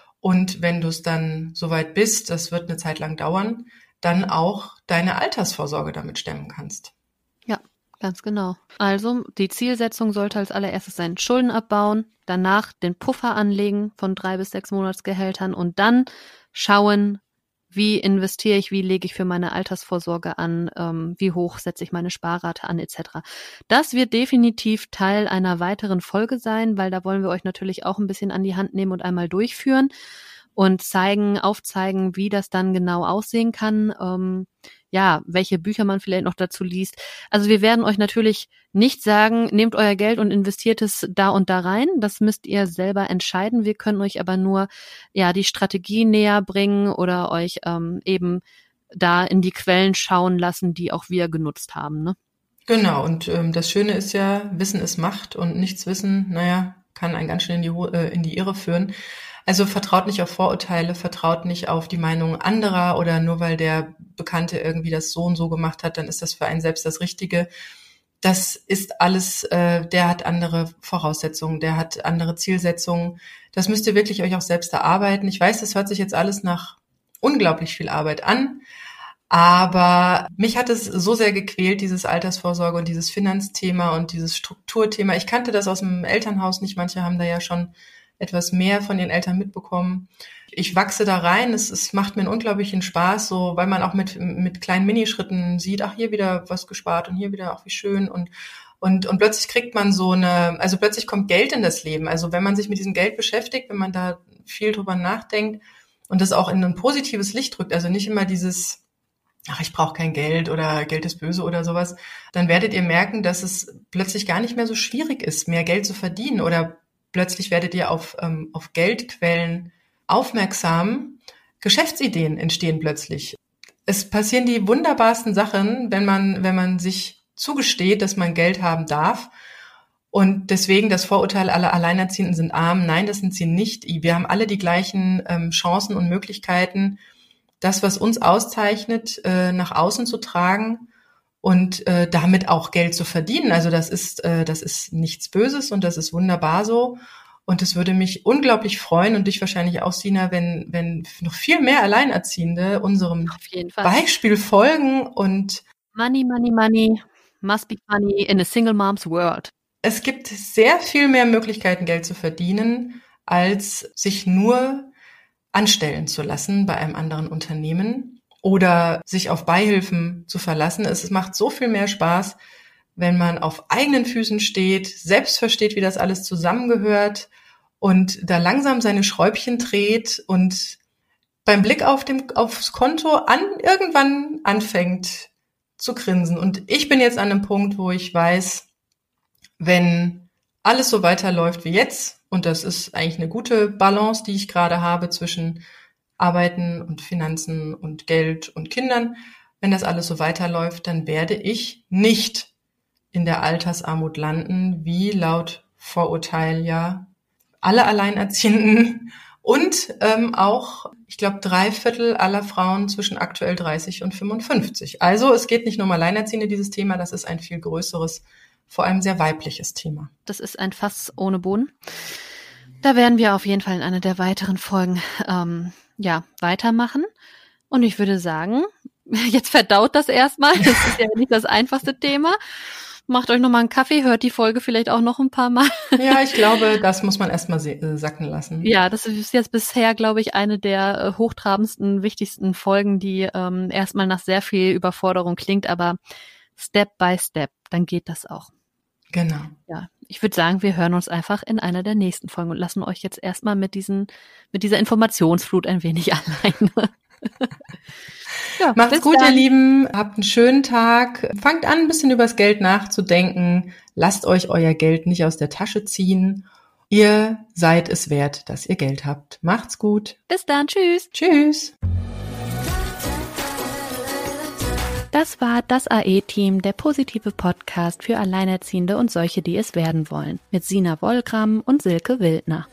Und wenn du es dann soweit bist, das wird eine Zeit lang dauern, dann auch deine Altersvorsorge damit stemmen kannst. Ja, ganz genau. Also die Zielsetzung sollte als allererstes sein, Schulden abbauen, danach den Puffer anlegen von 3 bis 6 Monatsgehältern und dann schauen, wie investiere ich, wie lege ich für meine Altersvorsorge an, wie hoch setze ich meine Sparrate an etc. Das wird definitiv Teil einer weiteren Folge sein, weil da wollen wir euch natürlich auch ein bisschen an die Hand nehmen und einmal durchführen und aufzeigen, wie das dann genau aussehen kann, welche Bücher man vielleicht noch dazu liest. Also wir werden euch natürlich nicht sagen, nehmt euer Geld und investiert es da und da rein. Das müsst ihr selber entscheiden. Wir können euch aber nur die Strategie näher bringen oder euch eben da in die Quellen schauen lassen, die auch wir genutzt haben. Ne? Genau, und das Schöne ist ja, Wissen ist Macht und nichts wissen, kann einen ganz schön in die Irre führen. Also vertraut nicht auf Vorurteile, vertraut nicht auf die Meinung anderer oder nur weil der Bekannte irgendwie das so und so gemacht hat, dann ist das für einen selbst das Richtige. Das ist alles, der hat andere Voraussetzungen, der hat andere Zielsetzungen. Das müsst ihr wirklich euch auch selbst erarbeiten. Ich weiß, das hört sich jetzt alles nach unglaublich viel Arbeit an, aber mich hat es so sehr gequält, dieses Altersvorsorge und dieses Finanzthema und dieses Strukturthema. Ich kannte das aus dem Elternhaus nicht. Manche haben da ja schon etwas mehr von ihren Eltern mitbekommen. Ich wachse da rein. Es macht mir einen unglaublichen Spaß, so, weil man auch mit kleinen Minischritten sieht, ach, hier wieder was gespart und hier wieder, ach, wie schön. Und plötzlich kriegt man plötzlich kommt Geld in das Leben. Also wenn man sich mit diesem Geld beschäftigt, wenn man da viel drüber nachdenkt und das auch in ein positives Licht drückt, also nicht immer dieses, ach, ich brauche kein Geld oder Geld ist böse oder sowas, dann werdet ihr merken, dass es plötzlich gar nicht mehr so schwierig ist, mehr Geld zu verdienen, oder plötzlich werdet ihr auf Geldquellen aufmerksam. Geschäftsideen entstehen plötzlich. Es passieren die wunderbarsten Sachen, wenn man sich zugesteht, dass man Geld haben darf. Und deswegen das Vorurteil, alle Alleinerziehenden sind arm. Nein, das sind sie nicht. Wir haben alle die gleichen Chancen und Möglichkeiten, das, was uns auszeichnet, nach außen zu tragen und damit auch Geld zu verdienen. Also das ist nichts Böses und das ist wunderbar so. Und es würde mich unglaublich freuen und dich wahrscheinlich auch, Sina, wenn noch viel mehr Alleinerziehende unserem Beispiel folgen. Und Money, money, money must be funny in a single mom's world. Es gibt sehr viel mehr Möglichkeiten, Geld zu verdienen, als sich nur anstellen zu lassen bei einem anderen Unternehmen oder sich auf Beihilfen zu verlassen. Es macht so viel mehr Spaß, wenn man auf eigenen Füßen steht, selbst versteht, wie das alles zusammengehört und da langsam seine Schräubchen dreht und beim Blick aufs Konto irgendwann anfängt zu grinsen. Und ich bin jetzt an einem Punkt, wo ich weiß, wenn alles so weiterläuft wie jetzt, und das ist eigentlich eine gute Balance, die ich gerade habe zwischen Arbeiten und Finanzen und Geld und Kindern, wenn das alles so weiterläuft, dann werde ich nicht in der Altersarmut landen, wie laut Vorurteil ja alle Alleinerziehenden und auch, ich glaube, 3/4 aller Frauen zwischen aktuell 30 und 55. Also es geht nicht nur um Alleinerziehende, dieses Thema, das ist ein viel größeres, vor allem sehr weibliches Thema. Das ist ein Fass ohne Boden. Da werden wir auf jeden Fall in einer der weiteren Folgen weitermachen. Und ich würde sagen, jetzt verdaut das erstmal. Das ist ja nicht das einfachste Thema. Macht euch nochmal einen Kaffee, hört die Folge vielleicht auch noch ein paar Mal. Ja, ich glaube, das muss man erstmal sacken lassen. Ja, das ist jetzt bisher, glaube ich, eine der hochtrabendsten, wichtigsten Folgen, die erstmal nach sehr viel Überforderung klingt, aber Step by Step, dann geht das auch. Genau. Ja, ich würde sagen, wir hören uns einfach in einer der nächsten Folgen und lassen euch jetzt erstmal mit dieser Informationsflut ein wenig alleine. Ja, macht's gut, ihr Lieben. Habt einen schönen Tag. Fangt an, ein bisschen übers Geld nachzudenken. Lasst euch euer Geld nicht aus der Tasche ziehen. Ihr seid es wert, dass ihr Geld habt. Macht's gut. Bis dann. Tschüss. Tschüss. Das war das AE-Team, der positive Podcast für Alleinerziehende und solche, die es werden wollen. Mit Sina Wollgramm und Silke Wildner.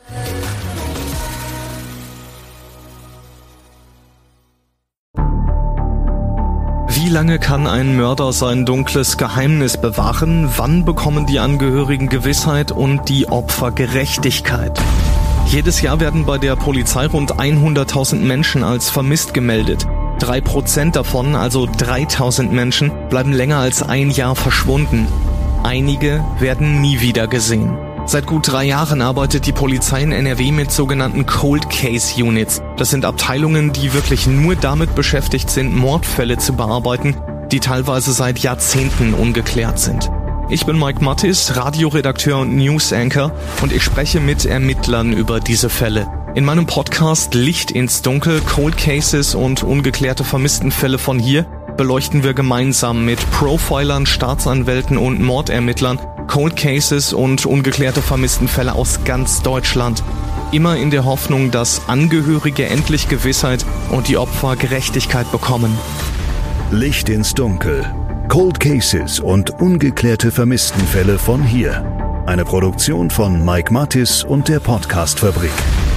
Wie lange kann ein Mörder sein dunkles Geheimnis bewahren? Wann bekommen die Angehörigen Gewissheit und die Opfer Gerechtigkeit? Jedes Jahr werden bei der Polizei rund 100.000 Menschen als vermisst gemeldet. 3% davon, also 3.000 Menschen, bleiben länger als ein Jahr verschwunden. Einige werden nie wieder gesehen. Seit gut 3 Jahren arbeitet die Polizei in NRW mit sogenannten Cold Case Units. Das sind Abteilungen, die wirklich nur damit beschäftigt sind, Mordfälle zu bearbeiten, die teilweise seit Jahrzehnten ungeklärt sind. Ich bin Mike Mattis, Radioredakteur und News-Anchor und ich spreche mit Ermittlern über diese Fälle. In meinem Podcast Licht ins Dunkel, Cold Cases und ungeklärte Vermisstenfälle von hier beleuchten wir gemeinsam mit Profilern, Staatsanwälten und Mordermittlern Cold Cases und ungeklärte Vermisstenfälle aus ganz Deutschland. Immer in der Hoffnung, dass Angehörige endlich Gewissheit und die Opfer Gerechtigkeit bekommen. Licht ins Dunkel. Cold Cases und ungeklärte Vermisstenfälle von hier. Eine Produktion von Mike Mattis und der Podcast-Fabrik.